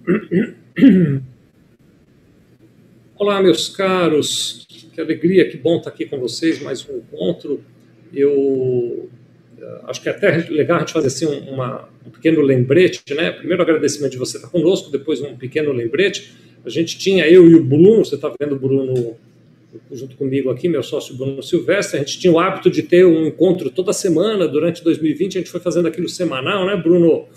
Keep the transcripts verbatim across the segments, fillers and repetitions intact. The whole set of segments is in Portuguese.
Olá, meus caros, que alegria, que bom estar aqui com vocês, mais um encontro. Eu acho que é até legal a gente fazer assim uma, um pequeno lembrete, né? Primeiro agradecimento de você estar conosco, depois um pequeno lembrete. A gente tinha, eu e o Bruno, você está vendo o Bruno junto comigo aqui, meu sócio Bruno Silvestre, a gente tinha o hábito de ter um encontro toda semana durante dois mil e vinte, a gente foi fazendo aquilo semanal, né, Bruno?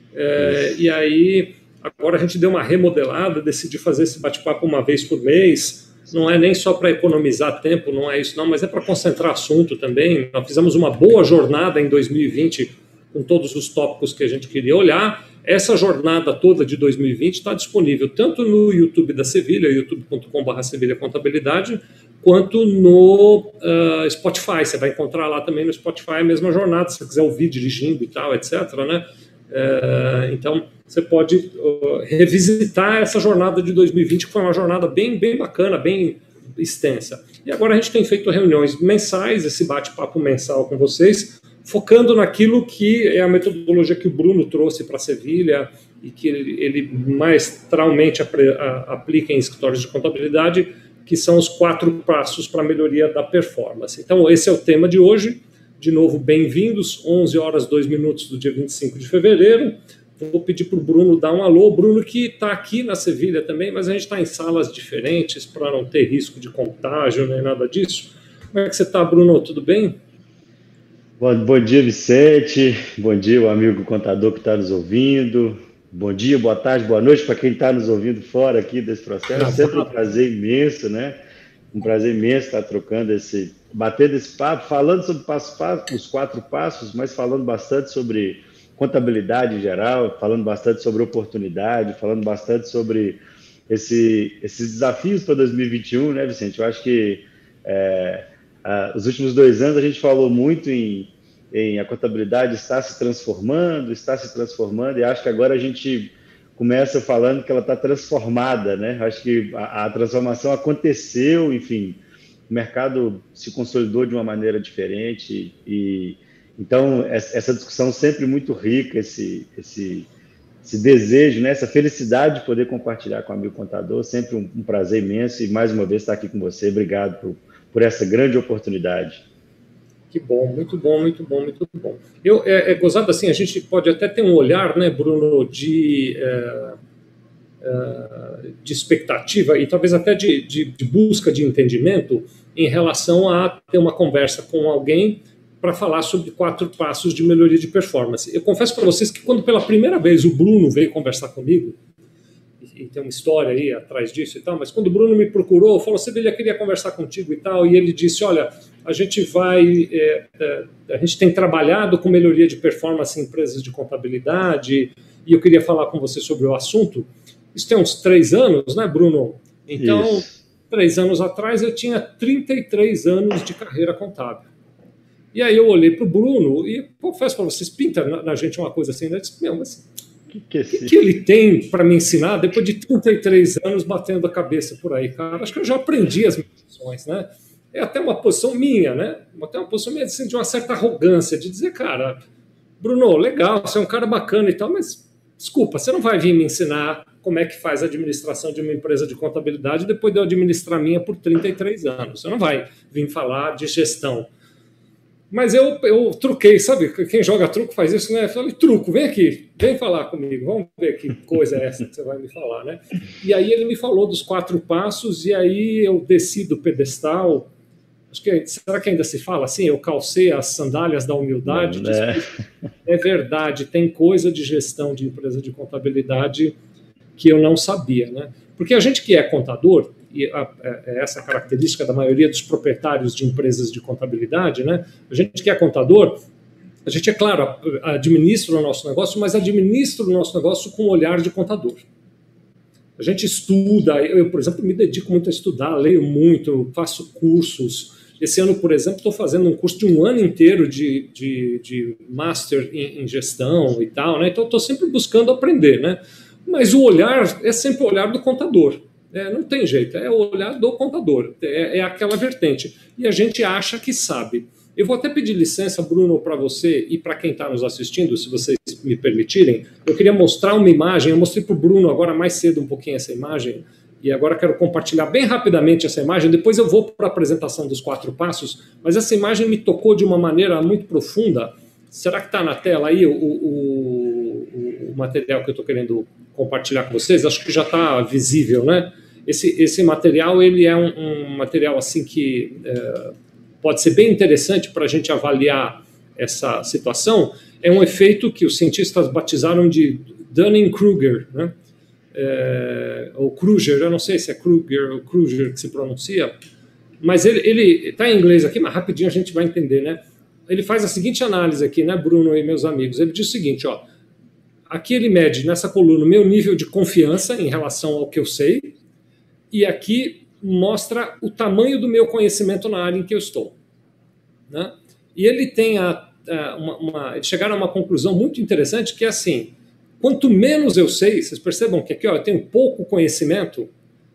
É, e aí, agora a gente deu uma remodelada, decidi fazer esse bate-papo uma vez por mês, não é nem só para economizar tempo, não é isso não, mas é para concentrar assunto também. Nós fizemos uma boa jornada em dois mil e vinte com todos os tópicos que a gente queria olhar. Essa jornada toda de dois mil e vinte está disponível tanto no YouTube da Sevilha, youtube ponto com barra Sevilha Contabilidade, quanto no uh, Spotify. Você vai encontrar lá também no Spotify a mesma jornada, se você quiser ouvir dirigindo e tal, etcétera, né? Uh, então, você pode uh, revisitar essa jornada de dois mil e vinte, que foi uma jornada bem, bem bacana, bem extensa. E agora a gente tem feito reuniões mensais, esse bate-papo mensal com vocês, focando naquilo que é a metodologia que o Bruno trouxe para a Sevilha e que ele, ele maestralmente aplica em escritórios de contabilidade, que são os quatro passos para a melhoria da performance. Então, esse é o tema de hoje. De novo, bem-vindos, onze horas, dois minutos do dia vinte e cinco de fevereiro. Vou pedir para o Bruno dar um alô. Bruno que está aqui na Sevilha também, mas a gente está em salas diferentes para não ter risco de contágio nem nada disso. Como é que você está, Bruno? Tudo bem? Bom, bom dia, Vicente. Bom dia, o amigo contador que está nos ouvindo. Bom dia, boa tarde, boa noite para quem está nos ouvindo fora aqui desse processo. Sempre um prazer imenso, né? Um prazer imenso estar trocando esse, batendo esse papo, falando sobre passo, passo, os quatro passos, mas falando bastante sobre contabilidade em geral, falando bastante sobre oportunidade, falando bastante sobre esse, esses desafios para dois mil e vinte e um, né, Vicente? Eu acho que é, a, os últimos dois anos a gente falou muito em, em a contabilidade está se transformando, está se transformando, e acho que agora a gente começa falando que ela está transformada, né? Acho que a, a transformação aconteceu, enfim, o mercado se consolidou de uma maneira diferente e então essa discussão sempre muito rica, esse, esse, esse desejo, né? Essa felicidade de poder compartilhar com o amigo contador, sempre um, um prazer imenso e mais uma vez estar aqui com você. Obrigado por, por essa grande oportunidade. Que bom, muito bom, muito bom, muito bom. Eu, é, é gozado assim, a gente pode até ter um olhar, né, Bruno, de, é, é, de expectativa e talvez até de, de, de busca de entendimento em relação a ter uma conversa com alguém para falar sobre quatro passos de melhoria de performance. Eu confesso para vocês que quando pela primeira vez o Bruno veio conversar comigo, e tem uma história aí atrás disso e tal, mas quando o Bruno me procurou, falou, Sevilha, queria conversar contigo e tal, e ele disse, olha, a gente vai, é, é, a gente tem trabalhado com melhoria de performance em empresas de contabilidade, e eu queria falar com você sobre o assunto. Isso tem uns três anos, né, Bruno? Então, Isso. três anos atrás eu tinha trinta e três anos de carreira contábil. E aí eu olhei para o Bruno e confesso para vocês, pinta na, na gente uma coisa assim, né? Eu disse, meu, mas o que, que, que, que ele tem para me ensinar depois de trinta e três anos batendo a cabeça por aí, cara? Acho que eu já aprendi as minhas lições, né? É até uma posição minha, né? Até uma posição minha assim, de uma certa arrogância, de dizer, cara, Bruno, legal, você é um cara bacana e tal, mas desculpa, você não vai vir me ensinar como é que faz a administração de uma empresa de contabilidade depois de eu administrar a minha por trinta e três anos. Você não vai vir falar de gestão. Mas eu, eu truquei, sabe? Quem joga truco faz isso, né? Eu falei, truco, vem aqui, vem falar comigo, vamos ver que coisa é essa que você vai me falar, né? E aí ele me falou dos quatro passos, e aí eu desci do pedestal. Acho que, será que ainda se fala assim? Eu calcei as sandálias da humildade. Não, né? É verdade, tem coisa de gestão de empresa de contabilidade que eu não sabia, né? Porque a gente que é contador, e é essa característica da maioria dos proprietários de empresas de contabilidade, né? A gente que é contador, a gente, é claro, administra o nosso negócio, mas administra o nosso negócio com o olhar de contador. A gente estuda, eu, por exemplo, me dedico muito a estudar, leio muito, faço cursos. Esse ano, por exemplo, estou fazendo um curso de um ano inteiro de, de, de Master em, em gestão e tal, né? Então, estou sempre buscando aprender, né? Mas o olhar é sempre o olhar do contador. É, não tem jeito, é o olhar do contador, é, é aquela vertente. E a gente acha que sabe. Eu vou até pedir licença, Bruno, para você e para quem está nos assistindo, se vocês me permitirem. Eu queria mostrar uma imagem, eu mostrei para o Bruno agora mais cedo um pouquinho essa imagem, e agora quero compartilhar bem rapidamente essa imagem, depois eu vou para a apresentação dos quatro passos, mas essa imagem me tocou de uma maneira muito profunda. Será que está na tela aí o, o, o material que eu estou querendo compartilhar com vocês? Acho que já está visível, né? Esse, esse material, ele é um, um material assim que é, pode ser bem interessante para a gente avaliar essa situação. É um efeito que os cientistas batizaram de Dunning-Kruger, né? É, ou Kruger, eu não sei se é Kruger ou Kruger que se pronuncia, mas ele está em inglês aqui, mas rapidinho a gente vai entender, né? Ele faz a seguinte análise aqui, né, Bruno e meus amigos? Ele diz o seguinte, ó, aqui ele mede nessa coluna o meu nível de confiança em relação ao que eu sei, e aqui mostra o tamanho do meu conhecimento na área em que eu estou, né? E ele tem a, a, uma, uma, eles chegaram a uma conclusão muito interessante, que é assim, quanto menos eu sei, vocês percebam que aqui ó, eu tenho pouco conhecimento,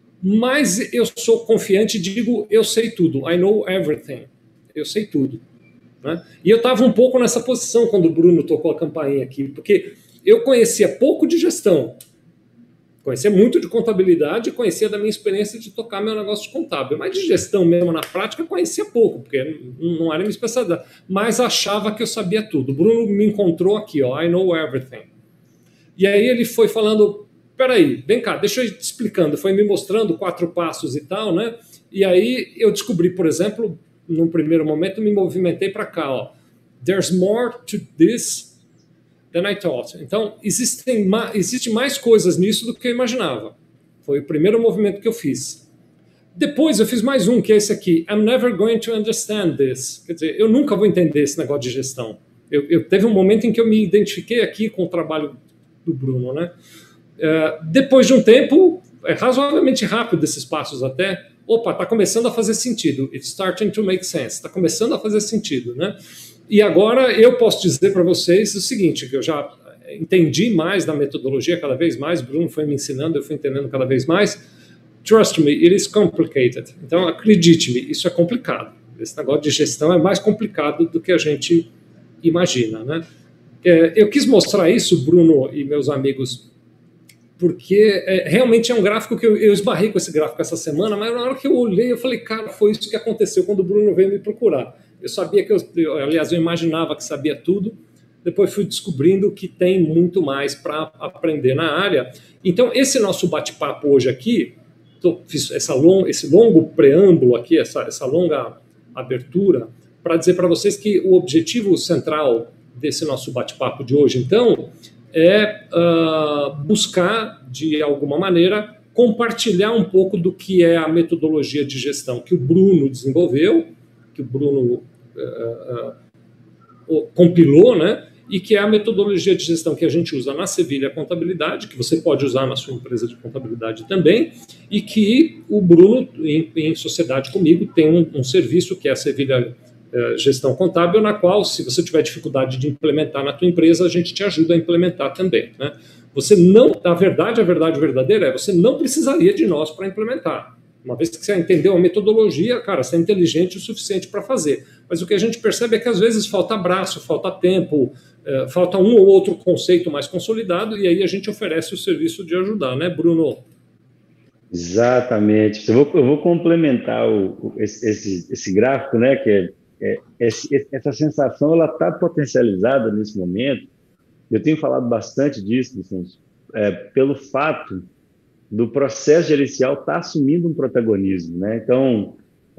mais eu sou confiante e digo, eu sei tudo, I know everything, eu sei tudo, né? E eu estava um pouco nessa posição quando o Bruno tocou a campainha aqui, porque eu conhecia pouco de gestão, conhecia muito de contabilidade, conhecia da minha experiência de tocar meu negócio contábil, mas de gestão mesmo na prática conhecia pouco, porque não era minha especialidade, mas achava que eu sabia tudo. O Bruno me encontrou aqui, ó, I know everything. E aí ele foi falando, peraí, vem cá, deixa eu ir te explicando, foi me mostrando quatro passos e tal, né? E aí eu descobri, por exemplo, num primeiro momento me movimentei para cá, ó, there's more to this than I thought. Então, existem ma- existe mais coisas nisso do que eu imaginava. Foi o primeiro movimento que eu fiz. Depois eu fiz mais um, que é esse aqui, I'm never going to understand this. Quer dizer, eu nunca vou entender esse negócio de gestão. Eu, eu teve um momento em que eu me identifiquei aqui com o trabalho do Bruno, né? Uh, depois de um tempo, é razoavelmente rápido esses passos até, opa, está começando a fazer sentido, it's starting to make sense, está começando a fazer sentido, né? E agora eu posso dizer para vocês o seguinte, que eu já entendi mais da metodologia cada vez mais, Bruno foi me ensinando, eu fui entendendo cada vez mais, trust me, it is complicated. Então, acredite-me, isso é complicado. Esse negócio de gestão é mais complicado do que a gente imagina, né? Eu quis mostrar isso, Bruno e meus amigos, porque é, realmente é um gráfico que eu, eu esbarrei com esse gráfico essa semana, mas na hora que eu olhei, eu falei, cara, foi isso que aconteceu quando o Bruno veio me procurar. Eu sabia que, eu, eu, aliás, eu imaginava que sabia tudo, depois fui descobrindo que tem muito mais para aprender na área. Então, esse nosso bate-papo hoje aqui, tô, fiz essa long, esse longo preâmbulo aqui, essa, essa longa abertura, para dizer para vocês que o objetivo central desse nosso bate-papo de hoje, então, é uh, buscar, de alguma maneira, compartilhar um pouco do que é a metodologia de gestão que o Bruno desenvolveu, que o Bruno uh, uh, compilou, né? E que é a metodologia de gestão que a gente usa na Sevilha Contabilidade, que você pode usar na sua empresa de contabilidade também, e que o Bruno, em, em sociedade comigo, tem um, um serviço que é a Sevilha Gestão Contábil, na qual, se você tiver dificuldade de implementar na tua empresa, a gente te ajuda a implementar também, né? Você não, na verdade, a verdade verdadeira é, você não precisaria de nós para implementar. Uma vez que você entendeu a metodologia, cara, você é inteligente o suficiente para fazer. Mas o que a gente percebe é que às vezes falta braço, falta tempo, é, falta um ou outro conceito mais consolidado, e aí a gente oferece o serviço de ajudar, né, Bruno? Exatamente. Eu vou, eu vou complementar o, esse, esse, esse gráfico, né, que é É, essa sensação ela está potencializada nesse momento. Eu tenho falado bastante disso, Vicente, é, pelo fato do processo gerencial estar tá assumindo um protagonismo, né? Então,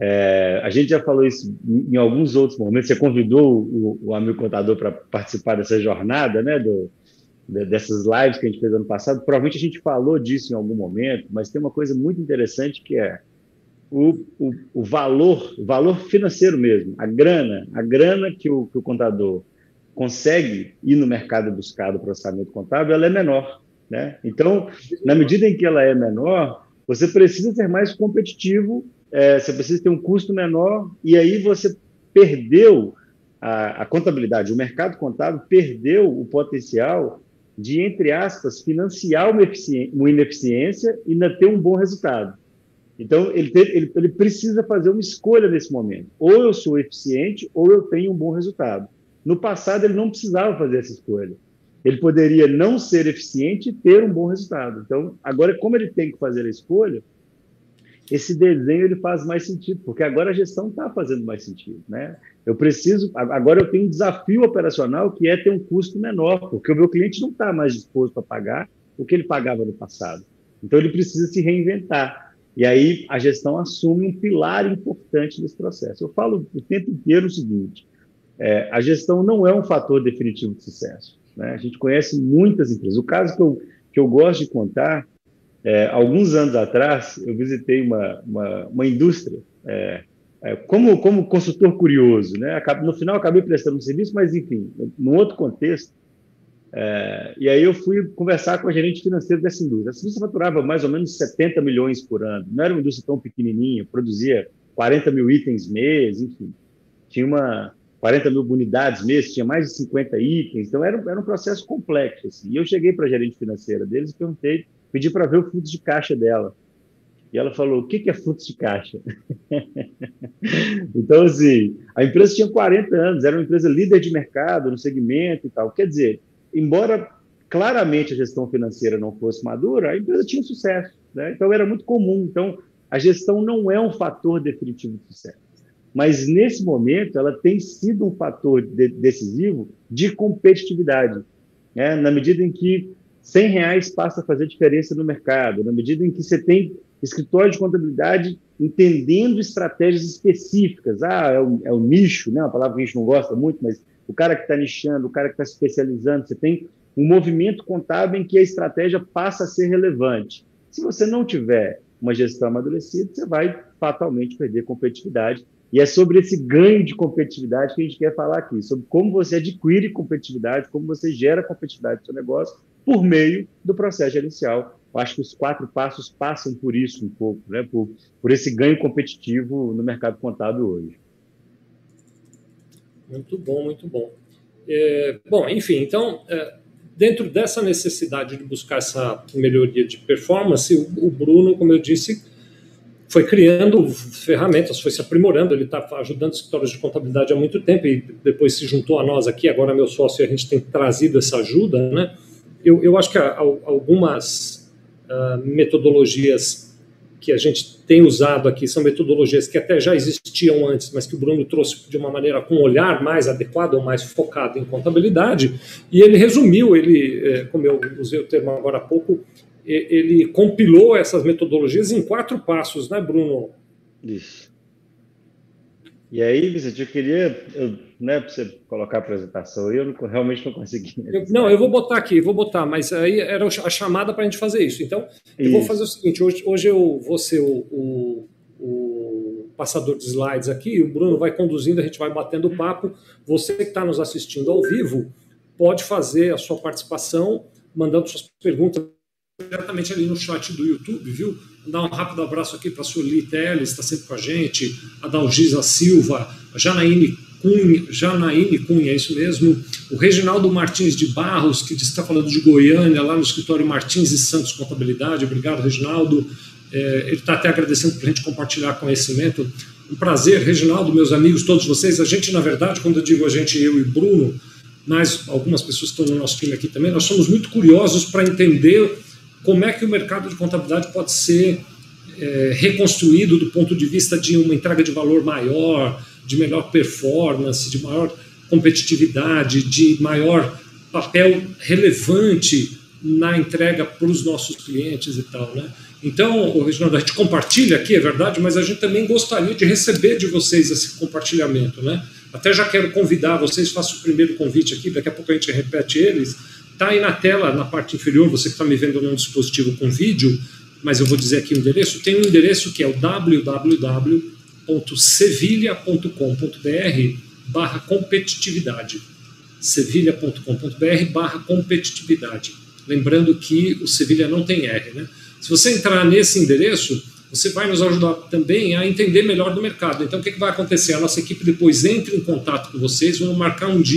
é, a gente já falou isso em, em alguns outros momentos. Você convidou o, o amigo contador para participar dessa jornada, né? Do, de, dessas lives que a gente fez ano passado. Provavelmente a gente falou disso em algum momento, mas tem uma coisa muito interessante que é O, o, o valor, o valor financeiro mesmo, a grana, a grana que o, que o contador consegue ir no mercado buscar do processamento contábil, ela é menor, né? Então, na medida em que ela é menor, você precisa ser mais competitivo, é, você precisa ter um custo menor, e aí você perdeu a, a contabilidade, o mercado contábil perdeu o potencial de, entre aspas, financiar uma, uma ineficiência e ainda ter um bom resultado. Então, ele, teve, ele, ele precisa fazer uma escolha nesse momento. Ou eu sou eficiente, ou eu tenho um bom resultado. No passado, ele não precisava fazer essa escolha. Ele poderia não ser eficiente e ter um bom resultado. Então, agora, como ele tem que fazer a escolha, esse desenho ele faz mais sentido, porque agora a gestão está fazendo mais sentido, né? Eu preciso, agora eu tenho um desafio operacional que é ter um custo menor, porque o meu cliente não está mais disposto a pagar o que ele pagava no passado. Então, ele precisa se reinventar. E aí a gestão assume um pilar importante nesse processo. Eu falo o tempo inteiro o seguinte, é, a gestão não é um fator definitivo de sucesso, né? A gente conhece muitas empresas. O caso que eu, que eu gosto de contar, é, alguns anos atrás, eu visitei uma, uma, uma indústria, é, é, como, como consultor curioso, né? No final, eu acabei prestando um serviço, mas, enfim, num outro contexto. É, e aí eu fui conversar com a gerente financeira dessa indústria. Essa indústria faturava mais ou menos setenta milhões por ano. Não era uma indústria tão pequenininha, produzia quarenta mil itens mês, enfim. Tinha uma quarenta mil unidades mês, tinha mais de cinquenta itens. Então, era, era um processo complexo. Assim. E eu cheguei para a gerente financeira deles e perguntei, pedi para ver o fluxo de caixa dela. E ela falou, o que, que é fluxo de caixa? Então, assim, a empresa tinha quarenta anos, era uma empresa líder de mercado no segmento e tal. Quer dizer, embora claramente a gestão financeira não fosse madura, a empresa tinha sucesso, né? Então, era muito comum. Então, a gestão não é um fator definitivo de sucesso. Mas, nesse momento, ela tem sido um fator de, decisivo de competitividade, né? Na medida em que cem reais passa a fazer diferença no mercado, na medida em que você tem escritório de contabilidade entendendo estratégias específicas. Ah, é o, é o nicho, né? Uma palavra que a gente não gosta muito, mas o cara que está nichando, o cara que está se especializando, você tem um movimento contábil em que a estratégia passa a ser relevante. Se você não tiver uma gestão amadurecida, você vai fatalmente perder competitividade. E é sobre esse ganho de competitividade que a gente quer falar aqui, sobre como você adquire competitividade, como você gera competitividade no seu negócio por meio do processo gerencial. Eu acho que os quatro passos passam por isso um pouco, né? por, por esse ganho competitivo no mercado contábil hoje. Muito bom, muito bom. É, bom, enfim, então, é, dentro dessa necessidade de buscar essa melhoria de performance, o, o Bruno, como eu disse, foi criando ferramentas, foi se aprimorando, ele está ajudando escritórios de contabilidade há muito tempo e depois se juntou a nós aqui, agora meu sócio e a gente tem trazido essa ajuda, né? Eu, eu acho que há algumas uh, metodologias que a gente tem usado aqui são metodologias que até já existiam antes, mas que o Bruno trouxe de uma maneira com um olhar mais adequado ou mais focado em contabilidade, e ele resumiu, ele, como eu usei o termo agora há pouco, ele compilou essas metodologias em quatro passos, né, Bruno? Isso. E aí, Vicente, eu queria, eu, né, para você colocar a apresentação, eu não, realmente não consegui. Eu, não, eu vou botar aqui, vou botar, mas aí era a chamada para a gente fazer isso. Então, eu isso. vou fazer o seguinte, hoje, hoje eu vou ser o, o, o passador de slides aqui, o Bruno vai conduzindo, a gente vai batendo papo. Você que está nos assistindo ao vivo, pode fazer a sua participação, mandando suas perguntas diretamente ali no chat do YouTube, viu? Dar um rápido abraço aqui para a Sueli Teles, está sempre com a gente, a Dalgisa Silva, a Janaíne Cunha, Janaíne Cunha, é isso mesmo, o Reginaldo Martins de Barros, que está falando de Goiânia, lá no escritório Martins e Santos Contabilidade. Obrigado, Reginaldo. É, ele está até agradecendo para a gente compartilhar conhecimento. Um prazer, Reginaldo, meus amigos, todos vocês. A gente, na verdade, quando eu digo a gente, eu e Bruno, mas algumas pessoas que estão no nosso time aqui também, nós somos muito curiosos para entender como é que o mercado de contabilidade pode ser é, reconstruído do ponto de vista de uma entrega de valor maior, de melhor performance, de maior competitividade, de maior papel relevante na entrega para os nossos clientes e tal, né? Então, Reginaldo, a gente compartilha aqui, é verdade, mas a gente também gostaria de receber de vocês esse compartilhamento, né? Até já quero convidar vocês, faço o primeiro convite aqui, daqui a pouco a gente repete eles. Está aí na tela, na parte inferior, você que está me vendo num dispositivo com vídeo, mas eu vou dizer aqui o endereço. Tem um endereço que é o w w w ponto sevilha ponto com ponto b r barra competitividade. sevilha ponto com ponto b r barra competitividade. Lembrando que o Sevilha não tem R, né? Se você entrar nesse endereço, você vai nos ajudar também a entender melhor do mercado. Então, o que, que vai acontecer? A nossa equipe depois entra em contato com vocês, vamos marcar um dia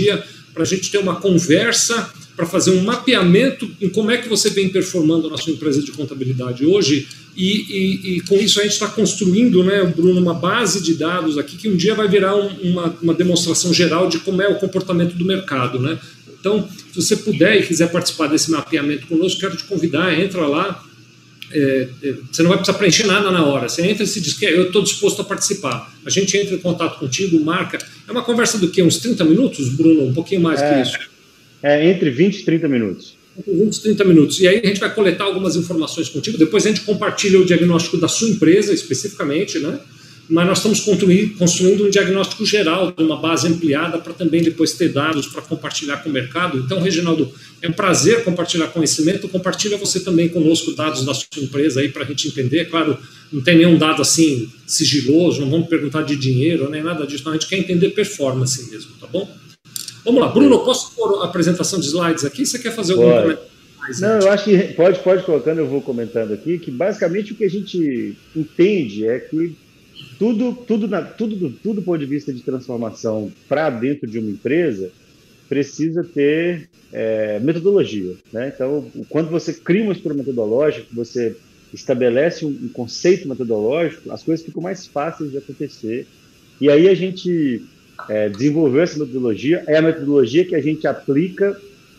para a gente ter uma conversa, para fazer um mapeamento em como é que você vem performando na sua empresa de contabilidade hoje, e, e, e com isso a gente está construindo, né, Bruno, uma base de dados aqui que um dia vai virar um, uma, uma demonstração geral de como é o comportamento do mercado, né? Então, se você puder e quiser participar desse mapeamento conosco, quero te convidar, entra lá. É, é, você não vai precisar preencher nada na hora. Você entra e se diz que eu estou disposto a participar. A gente entra em contato contigo, marca. É uma conversa do quê? Uns trinta minutos, Bruno? Um pouquinho mais é, que isso? É entre vinte e trinta minutos. Entre vinte e trinta minutos. E aí a gente vai coletar algumas informações contigo. Depois a gente compartilha o diagnóstico da sua empresa, especificamente, né? Mas nós estamos construindo um diagnóstico geral de uma base ampliada para também depois ter dados para compartilhar com o mercado. Então, Reginaldo, é um prazer compartilhar conhecimento. Compartilha você também conosco dados da sua empresa aí para a gente entender. Claro, não tem nenhum dado assim sigiloso, não vamos perguntar de dinheiro, nem nada disso. Não, a gente quer entender performance mesmo, tá bom? Vamos lá. Bruno, posso pôr a apresentação de slides aqui? Você quer fazer algum pode. comentário? Mais, não, eu acho que pode, pode colocando, eu vou comentando aqui, que basicamente o que a gente entende é que Tudo, tudo, na, tudo, tudo do ponto de vista de transformação para dentro de uma empresa precisa ter é, metodologia, né? Então, quando você cria uma estrutura metodológica, você estabelece um, um conceito metodológico, as coisas ficam mais fáceis de acontecer. E aí a gente é, desenvolveu essa metodologia, é a metodologia que a gente aplica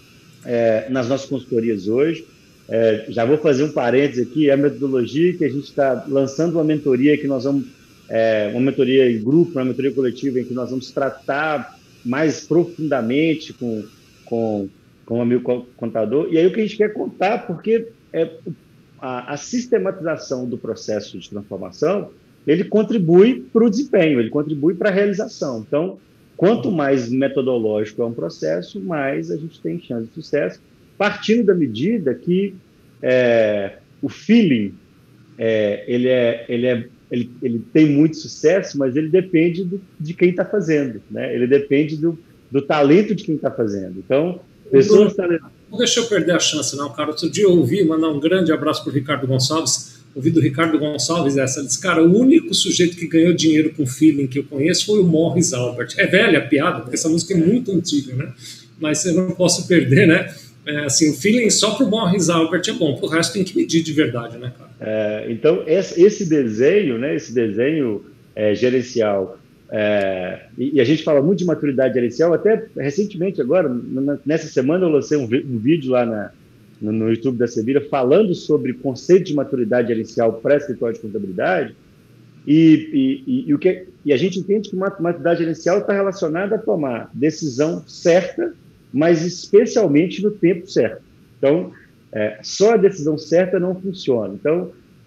é, nas nossas consultorias hoje. É, já vou fazer um parênteses aqui, é a metodologia que a gente está lançando uma mentoria que nós vamos É, uma mentoria em grupo, uma mentoria coletiva em que nós vamos tratar mais profundamente com, com, com o amigo contador. E aí o que a gente quer contar, porque é, a, a sistematização do processo de transformação, ele contribui para o desempenho, ele contribui para a realização. Então, quanto mais metodológico é um processo, mais a gente tem chance de sucesso, partindo da medida que é, o feeling, é, ele é... Ele é Ele, ele tem muito sucesso, mas ele depende do, de quem está fazendo, né? Ele depende do, do talento de quem está fazendo. Então, pessoas... Bruno, não deixa eu perder a chance, não, cara. Outro dia eu ouvi, mandar um grande abraço para o Ricardo Gonçalves, ouvi do Ricardo Gonçalves essa, ele disse, cara, o único sujeito que ganhou dinheiro com feeling que eu conheço foi o Morris Albert. É velha a piada, porque essa música é muito antiga, né? Mas eu não posso perder, né? É, assim, o feeling só para o Morris Albert é bom, para o resto tem que medir de verdade, né, cara? É, então, esse desenho, né, esse desenho é, gerencial, é, e, e a gente fala muito de maturidade gerencial, até recentemente agora, nessa semana eu lancei um, um vídeo lá na, no, no YouTube da Sevira falando sobre o conceito de maturidade gerencial para escritório de contabilidade, e, e, e, e, o que, e a gente entende que maturidade gerencial está relacionada a tomar decisão certa, mas especialmente no tempo certo. Então, é, só a decisão certa não funciona. Então,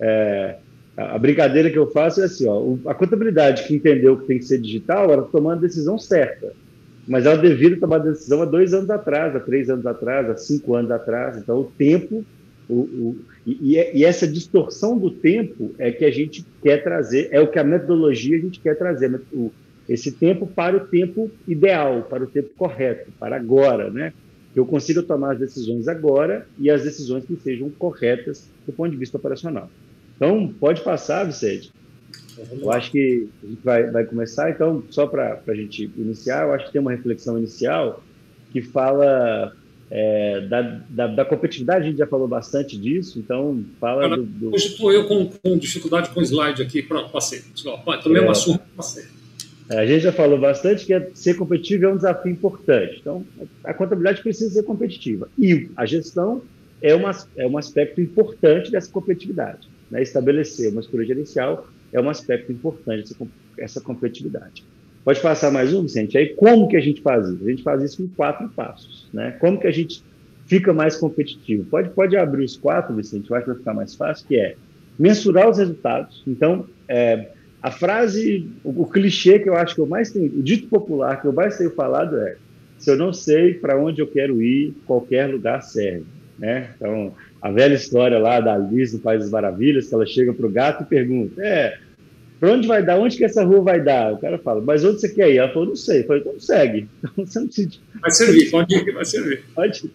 é, a brincadeira que eu faço é assim, ó, a contabilidade que entendeu que tem que ser digital, ela está tomando a decisão certa, mas ela deveria tomar a decisão há dois anos atrás, há três anos atrás, há cinco anos atrás. Então, o tempo, o, o, e, e essa distorção do tempo é que a gente quer trazer, é o que a metodologia a gente quer trazer, o, esse tempo para o tempo ideal, para o tempo correto, para agora, né? Que eu consiga tomar as decisões agora e as decisões que sejam corretas do ponto de vista operacional. Então, pode passar, Vicente. Eu acho que a gente vai, vai começar. Então, só para a gente iniciar, eu acho que tem uma reflexão inicial que fala é, da, da, da competitividade, a gente já falou bastante disso, então fala Cara, do, do... Hoje estou eu com, com dificuldade com o slide aqui, pronto, passei. Tomei uma surra, passei. A gente já falou bastante que ser competitivo é um desafio importante. Então, a contabilidade precisa ser competitiva. E a gestão é, uma, é um aspecto importante dessa competitividade. Né? Estabelecer uma estrutura gerencial é um aspecto importante dessa, essa competitividade. Pode passar mais um, Vicente? Aí, como que a gente faz isso? A gente faz isso em quatro passos. Né? Como que a gente fica mais competitivo? Pode, pode abrir os quatro, Vicente, eu acho que vai ficar mais fácil, que é mensurar os resultados. Então, é, a frase, o, o clichê que eu acho que eu mais tenho, o dito popular que eu mais tenho falado é: se eu não sei para onde eu quero ir, qualquer lugar serve. Né? Então, a velha história lá da Alice no País das Maravilhas, que ela chega para o gato e pergunta: é, para onde vai dar? Onde que essa rua vai dar? O cara fala: mas onde você quer ir? Ela falou: não sei. Eu falei: então segue. Então, você não precisa... Vai servir, pode ir que vai servir. Pode.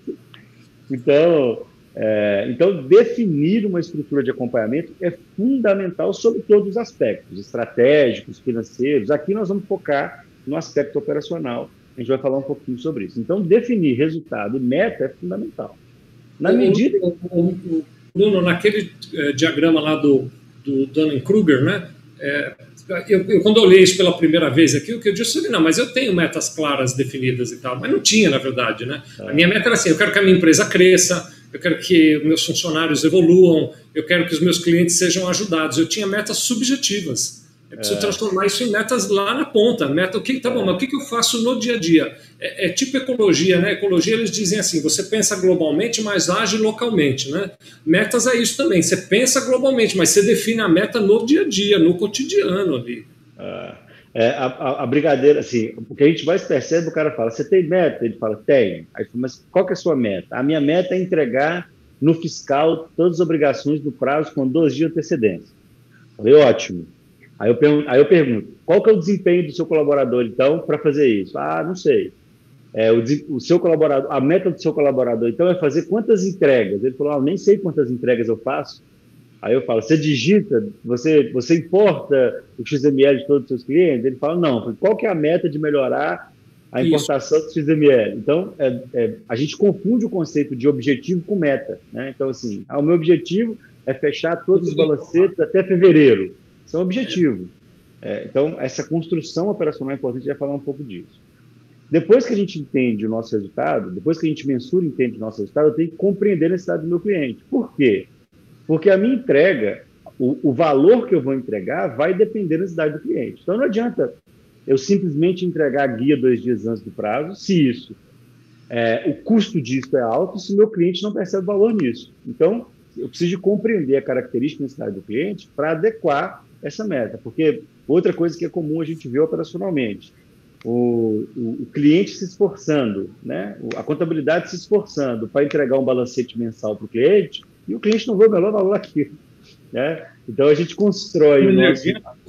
Então, é, então, definir uma estrutura de acompanhamento é fundamental sobre todos os aspectos, estratégicos, financeiros. Aqui nós vamos focar no aspecto operacional, A gente vai falar um pouquinho sobre isso. Então, definir resultado e meta é fundamental. Na medida... O, o, o, Bruno, naquele é, diagrama lá do, do Dunning-Kruger, né? É, eu, eu, quando eu olhei isso pela primeira vez aqui, o que eu disse, não, mas eu tenho metas claras definidas e tal, mas não tinha, na verdade, né? É. A minha meta era assim, eu quero que a minha empresa cresça, eu quero que meus funcionários evoluam, eu quero que os meus clientes sejam ajudados. Eu tinha metas subjetivas. Eu preciso é. transformar isso em metas lá na ponta. Meta, o que, tá bom, mas o que, que eu faço no dia a dia? É, é tipo ecologia, né? Ecologia, eles dizem assim, você pensa globalmente, mas age localmente, né? Metas é isso também. Você pensa globalmente, mas você define a meta no dia a dia, no cotidiano ali. É, é, a, a, a brigadeira, assim, o que a gente mais percebe, o cara fala, você tem meta? Ele fala, tem. Aí, mas qual que é a sua meta? A minha meta é entregar no fiscal todas as obrigações no prazo com dois dias de antecedência. Falei, ótimo. Aí eu, pergunto, aí eu pergunto, qual que é o desempenho do seu colaborador, então, para fazer isso? Ah, não sei. É, o, o seu colaborador, a meta do seu colaborador, então, é fazer quantas entregas? Ele falou, ah, nem sei quantas entregas eu faço. Aí eu falo, você digita, você, você importa o X M L de todos os seus clientes? Ele fala, não. Qual que é a meta de melhorar a importação isso. do X M L? Então, é, é, a gente confunde o conceito de objetivo com meta, né? Então, assim, ah, o meu objetivo é fechar todos os balancetes até fevereiro. Isso é um objetivo. É, então, essa construção operacional é importante, a gente vai falar um pouco disso. Depois que a gente entende o nosso resultado, depois que a gente mensura e entende o nosso resultado, eu tenho que compreender a necessidade do meu cliente. Por quê? Porque a minha entrega, o, o valor que eu vou entregar vai depender da necessidade do cliente. Então, não adianta eu simplesmente entregar a guia dois dias antes do prazo, se isso, é, o custo disso é alto, se o meu cliente não percebe valor nisso. Então, eu preciso de compreender a característica e necessidade do cliente para adequar essa meta, porque outra coisa que é comum a gente ver operacionalmente, o, o, o cliente se esforçando, né? A contabilidade se esforçando para entregar um balancete mensal para o cliente e o cliente não vê o melhor valor aqui, né? Então a gente constrói o nosso...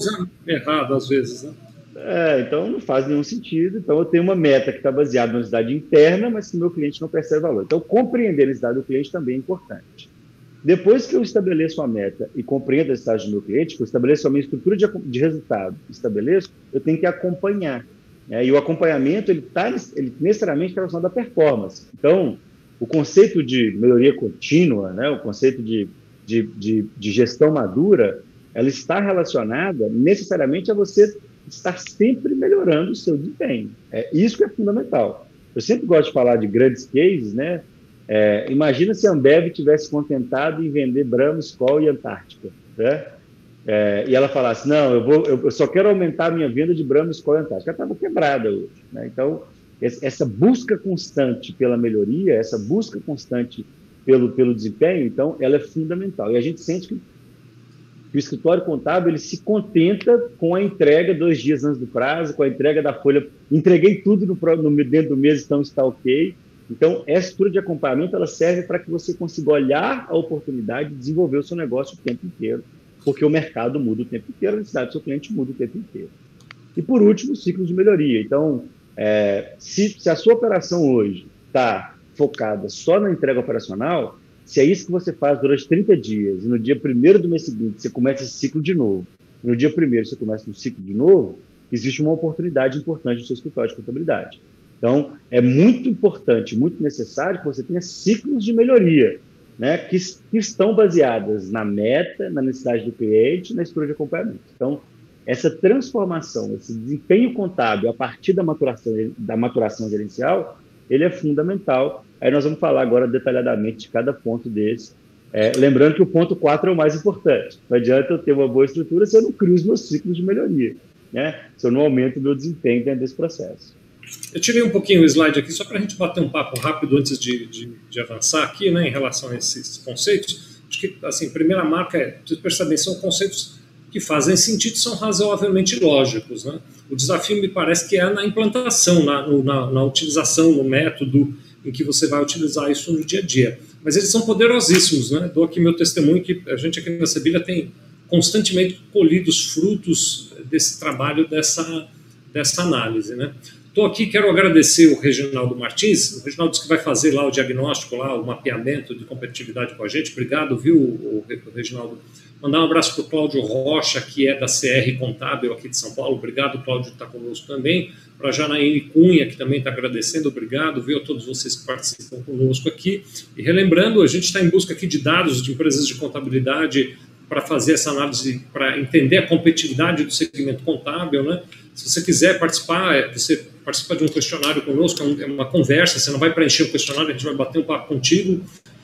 errado às vezes, né? É, então não faz nenhum sentido. Então eu tenho uma meta que está baseada na necessidade interna, mas que o meu cliente não percebe valor. Então compreender a necessidade do cliente também é importante. Depois que eu estabeleço a meta e compreendo a necessidade do meu cliente, que eu estabeleço a minha estrutura de, de resultado, estabeleço, eu tenho que acompanhar. Né? E o acompanhamento, ele está ele necessariamente relacionado à performance. Então, o conceito de melhoria contínua, né? O conceito de, de, de, de gestão madura, ela está relacionada necessariamente a você estar sempre melhorando o seu desempenho. É, isso que é fundamental. Eu sempre gosto de falar de grandes cases, né? É, imagina se a Ambev tivesse contentado em vender Brahma, Skol e Antártica, né? É, e ela falasse, não, eu, vou, eu só quero aumentar a minha venda de Brahma, Skol e Antártica. Ela estava quebrada hoje, né? Então, essa busca constante pela melhoria, essa busca constante pelo, pelo desempenho, então, ela é fundamental. E a gente sente que o escritório contábil ele se contenta com a entrega dois dias antes do prazo, com a entrega da folha. Entreguei tudo no, no, dentro do mês, então está ok. Então, essa estrutura de acompanhamento ela serve para que você consiga olhar a oportunidade de desenvolver o seu negócio o tempo inteiro, porque o mercado muda o tempo inteiro, a necessidade do seu cliente muda o tempo inteiro. E, por último, o ciclo de melhoria. Então, é, se, se a sua operação hoje está focada só na entrega operacional, se é isso que você faz durante trinta dias e no dia primeiro do mês seguinte você começa esse ciclo de novo, e no dia primeiro você começa um ciclo de novo, existe uma oportunidade importante no seu escritório de contabilidade. Então, é muito importante, muito necessário que você tenha ciclos de melhoria, né, que, que estão baseadas na meta, na necessidade do cliente, na estrutura de acompanhamento. Então, essa transformação, esse desempenho contábil a partir da maturação, da maturação gerencial, ele é fundamental. Aí nós vamos falar agora detalhadamente de cada ponto desse. É, lembrando que o ponto quatro é o mais importante. Não adianta eu ter uma boa estrutura se eu não crio os meus ciclos de melhoria, né? Se eu não aumento o meu desempenho dentro desse processo. Eu tirei um pouquinho o slide aqui só para a gente bater um papo rápido antes de, de, de avançar aqui, né, em relação a esses conceitos. Acho que, assim, a primeira marca é, vocês percebem, são conceitos que fazem sentido e são razoavelmente lógicos, né? O desafio me parece que é na implantação, na, na, na utilização, no método em que você vai utilizar isso no dia a dia. Mas eles são poderosíssimos, né? Dou aqui meu testemunho que a gente aqui na Sebilha tem constantemente colhido os frutos desse trabalho, dessa, dessa análise, né? Estou aqui, quero agradecer o Reginaldo Martins. O Reginaldo disse que vai fazer lá o diagnóstico, lá, o mapeamento de competitividade com a gente. Obrigado, viu, o Reginaldo. Mandar um abraço para o Cláudio Rocha, que é da C R Contábil aqui de São Paulo. Obrigado, Cláudio, por estar conosco também. Para a Janaíne Cunha, que também está agradecendo. Obrigado, viu, a todos vocês que participam conosco aqui. E relembrando, a gente está em busca aqui de dados de empresas de contabilidade para fazer essa análise, para entender a competitividade do segmento contábil, né? Se você quiser participar, você participa de um questionário conosco, é uma conversa, você não vai preencher o questionário, a gente vai bater um papo contigo,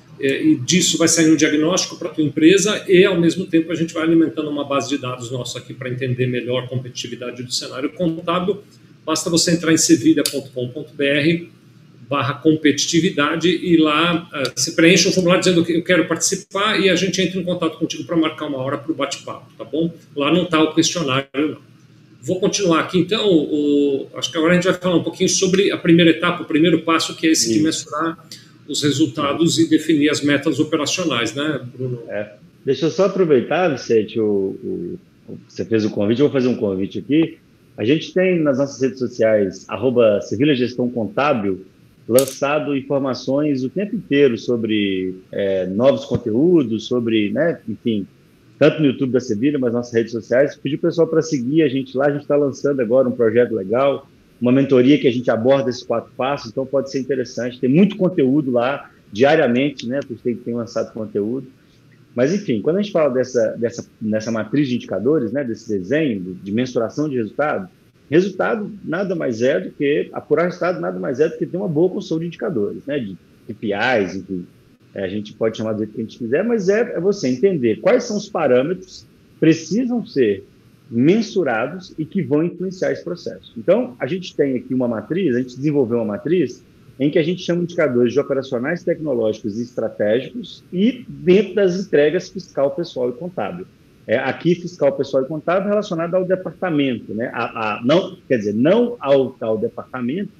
e disso vai sair um diagnóstico para a tua empresa e, ao mesmo tempo, a gente vai alimentando uma base de dados nossa aqui para entender melhor a competitividade do cenário contábil. Basta você entrar em sevilha ponto com ponto br barra competitividade e lá uh, você preenche um formulário dizendo que eu quero participar e a gente entra em contato contigo para marcar uma hora para o bate-papo, tá bom? Lá não está o questionário, não. Vou continuar aqui, então, o, acho que agora a gente vai falar um pouquinho sobre a primeira etapa, o primeiro passo, que é esse de mensurar os resultados e definir as metas operacionais, né, Bruno? É. Deixa eu só aproveitar, Vicente, o, o, você fez o convite, eu vou fazer um convite aqui. A gente tem nas nossas redes sociais, arroba Sevilha Gestão Contábil, lançado informações o tempo inteiro sobre é, novos conteúdos, sobre, né, enfim, tanto no YouTube da Sevilha, mas nas nossas redes sociais. Pedi o pessoal para seguir a gente lá. A gente está lançando agora um projeto legal, uma mentoria que a gente aborda esses quatro passos, então pode ser interessante. Tem muito conteúdo lá, diariamente, né? Porque tem, tem lançado conteúdo. Mas, enfim, quando a gente fala dessa, dessa, dessa matriz de indicadores, né, desse desenho de, de mensuração de resultado, resultado nada mais é do que, apurar resultado nada mais é do que ter uma boa construção de indicadores, né, de K P Is, enfim. A gente pode chamar do jeito que a gente quiser, mas é, é você entender quais são os parâmetros que precisam ser mensurados e que vão influenciar esse processo. Então, a gente tem aqui uma matriz, a gente desenvolveu uma matriz em que a gente chama de indicadores de operacionais, tecnológicos e estratégicos e dentro das entregas fiscal, pessoal e contábil. É, aqui, fiscal, pessoal e contábil relacionado ao departamento, né? a, a, não, quer dizer, não ao tal departamento,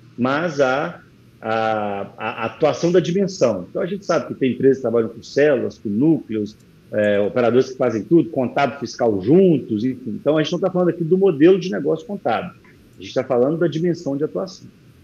mas a A, a atuação da dimensão. Então, a gente sabe que tem empresas que trabalham com células, com núcleos, é, operadores que fazem tudo, contábil fiscal juntos, enfim. Então, a gente não está falando aqui do modelo de negócio contábil, a gente está falando da dimensão de atuação.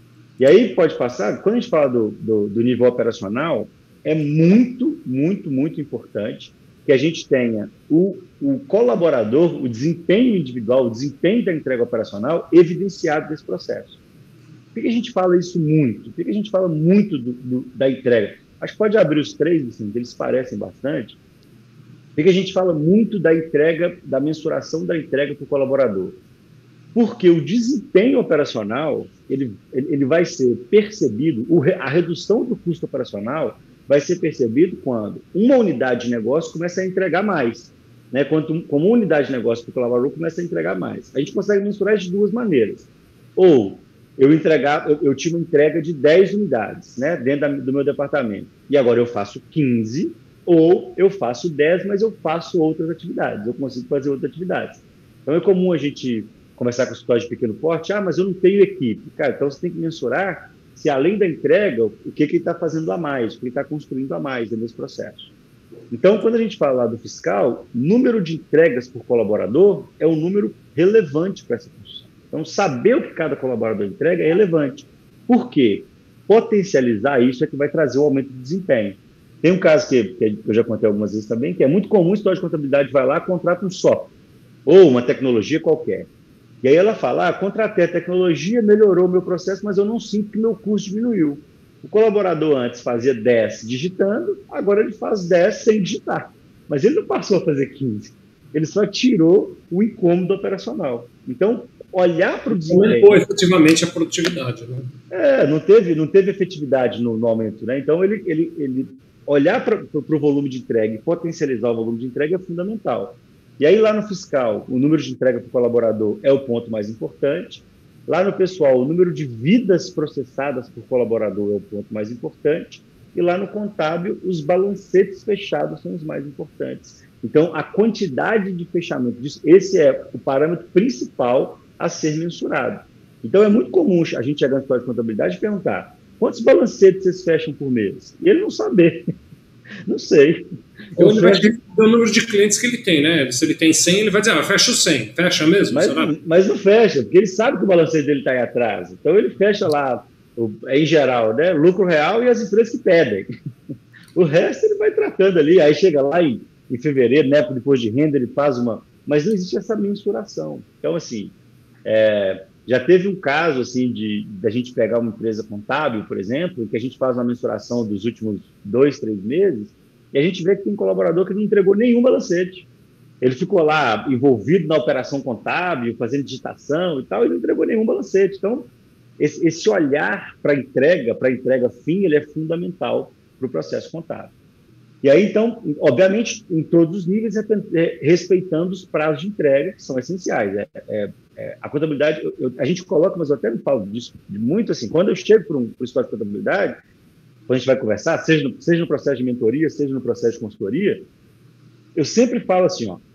E aí pode passar, quando a gente fala do, do, do nível operacional, é muito, muito, muito importante que a gente tenha o, o colaborador, o desempenho individual, o desempenho da entrega operacional evidenciado desse processo. Por que a gente fala isso muito? Por que a gente fala muito do, do, da entrega? Acho que pode abrir os três, assim, eles parecem bastante. Por que a gente fala muito da entrega, da mensuração da entrega para o colaborador? Porque o desempenho operacional, ele, ele vai ser percebido, a redução do custo operacional vai ser percebido quando uma unidade de negócio começa a entregar mais. Né? Quando, como uma unidade de negócio para o colaborador começa a entregar mais. A gente consegue mensurar de duas maneiras. Ou Eu, entregar, eu, eu tive uma entrega de dez unidades, né, dentro da, do meu departamento. E agora eu faço quinze, ou eu faço dez, mas eu faço outras atividades. Eu consigo fazer outras atividades. Então, é comum a gente conversar com o escritório de pequeno porte. Ah, mas eu não tenho equipe. Cara, então você tem que mensurar se, além da entrega, o que, que ele está fazendo a mais, o que ele está construindo a mais nesse processo. Então, quando a gente fala lá do fiscal, número de entregas por colaborador é um número relevante para essa função. Então, saber o que cada colaborador entrega é relevante. Por quê? Potencializar isso é que vai trazer o aumento de desempenho. Tem um caso que, que eu já contei algumas vezes também, que é muito comum, o escritório de contabilidade vai lá, contrata um software, ou uma tecnologia qualquer. E aí ela fala, ah, contratei a tecnologia, melhorou o meu processo, mas eu não sinto que meu custo diminuiu. O colaborador antes fazia dez digitando, agora ele faz dez sem digitar. Mas ele não passou a fazer quinze. Ele só tirou o incômodo operacional. Então, olhar para o desempenho... Aumentou efetivamente a produtividade. Né? É, não teve, não teve efetividade no, no aumento. Né? Então, ele, ele, ele olhar para o volume de entrega e potencializar o volume de entrega é fundamental. E aí, lá no fiscal, o número de entrega para o colaborador é o ponto mais importante. Lá no pessoal, o número de vidas processadas por colaborador é o ponto mais importante. E lá no contábil, os balancetes fechados são os mais importantes. Então, a quantidade de fechamento disso, esse é o parâmetro principal a ser mensurado. Então, é muito comum a gente chegar no escritório de contabilidade e perguntar quantos balancetes vocês fecham por mês? E ele não saber. Não sei. Ou ele vai ter o número de clientes que ele tem, né? Se ele tem cem, ele vai dizer, ah, fecha os cem. Fecha mesmo? Mas, mas não fecha, porque ele sabe que o balancete dele está aí atrás. Então ele fecha lá, em geral, né? Lucro real e as empresas que pedem. O resto ele vai tratando ali. Aí chega lá em, em fevereiro, né? Depois de renda, ele faz uma... Mas não existe essa mensuração. Então, assim, é... já teve um caso assim de da gente pegar uma empresa contábil, por exemplo, em que a gente faz uma mensuração dos últimos dois, três meses, e a gente vê que tem um colaborador que não entregou nenhum balancete. Ele ficou lá envolvido na operação contábil, fazendo digitação e tal, e não entregou nenhum balancete. Então, esse, esse olhar para a entrega, para a entrega fim, ele é fundamental para o processo contábil. E aí, então, obviamente, em todos os níveis, respeitando os prazos de entrega, que são essenciais. É, é, é, a contabilidade, eu, a gente coloca, mas eu até não falo disso muito assim, quando eu chego para um escritório de contabilidade, quando a gente vai conversar, seja no, seja no processo de mentoria, seja no processo de consultoria, eu sempre falo assim, ó,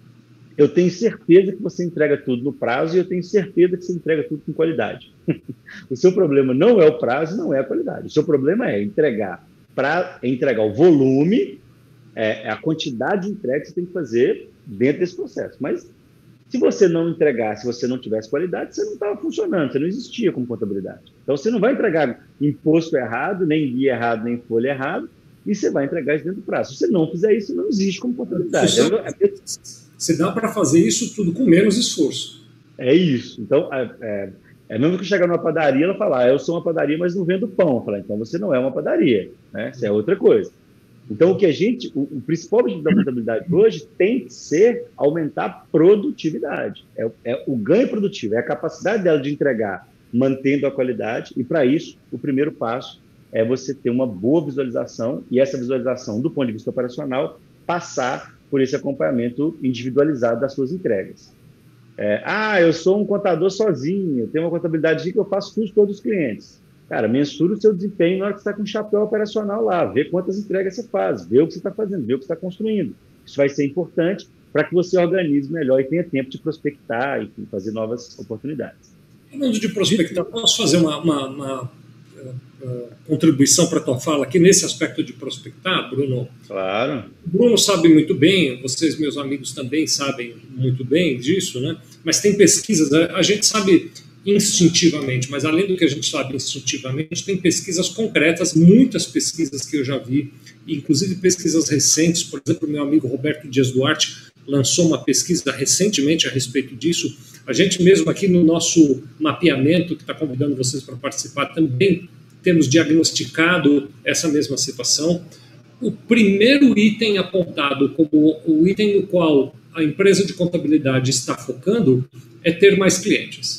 eu tenho certeza que você entrega tudo no prazo e eu tenho certeza que você entrega tudo com qualidade. O seu problema não é o prazo, não é a qualidade. O seu problema é entregar para entregar o volume, é, a quantidade de entrega que você tem que fazer dentro desse processo. Mas se você não entregar, se você não tivesse qualidade, você não estava funcionando, você não existia como contabilidade. Então, você não vai entregar imposto errado, nem guia errado, nem folha errado, e você vai entregar isso dentro do prazo. Se você não fizer isso, não existe como contabilidade. É, você dá para fazer isso tudo com menos esforço. É isso. Então, é, é, é mesmo que chegar numa padaria, ela falar, ah, eu sou uma padaria, mas não vendo pão. Eu falar, então você não é uma padaria, né? Isso é outra coisa. Então, o que a gente, o, o principal objetivo da contabilidade hoje tem que ser aumentar a produtividade. É, é o ganho produtivo, é a capacidade dela de entregar, mantendo a qualidade, e para isso, o primeiro passo é você ter uma boa visualização, e essa visualização, do ponto de vista operacional, passar por esse acompanhamento individualizado das suas entregas. É, ah, eu sou um contador sozinho, eu tenho uma contabilidade aqui que eu faço tudo de todos os clientes. Cara, mensura o seu desempenho na hora que você está com o chapéu operacional lá, vê quantas entregas você faz, vê o que você está fazendo, vê o que você está construindo. Isso vai ser importante para que você organize melhor e tenha tempo de prospectar e fazer novas oportunidades. Falando de prospectar, posso fazer uma, uma, uma uh, uh, contribuição para a tua fala aqui nesse aspecto de prospectar, Bruno? Claro. O Bruno sabe muito bem, vocês, meus amigos, também sabem muito bem disso, né? Mas tem pesquisas, a gente sabe instintivamente, mas além do que a gente sabe instintivamente, tem pesquisas concretas, muitas pesquisas que eu já vi, inclusive pesquisas recentes. Por exemplo, o meu amigo Roberto Dias Duarte lançou uma pesquisa recentemente a respeito disso. A gente mesmo aqui no nosso mapeamento, que está convidando vocês para participar, também temos diagnosticado essa mesma situação. O primeiro item apontado como o item no qual a empresa de contabilidade está focando é ter mais clientes.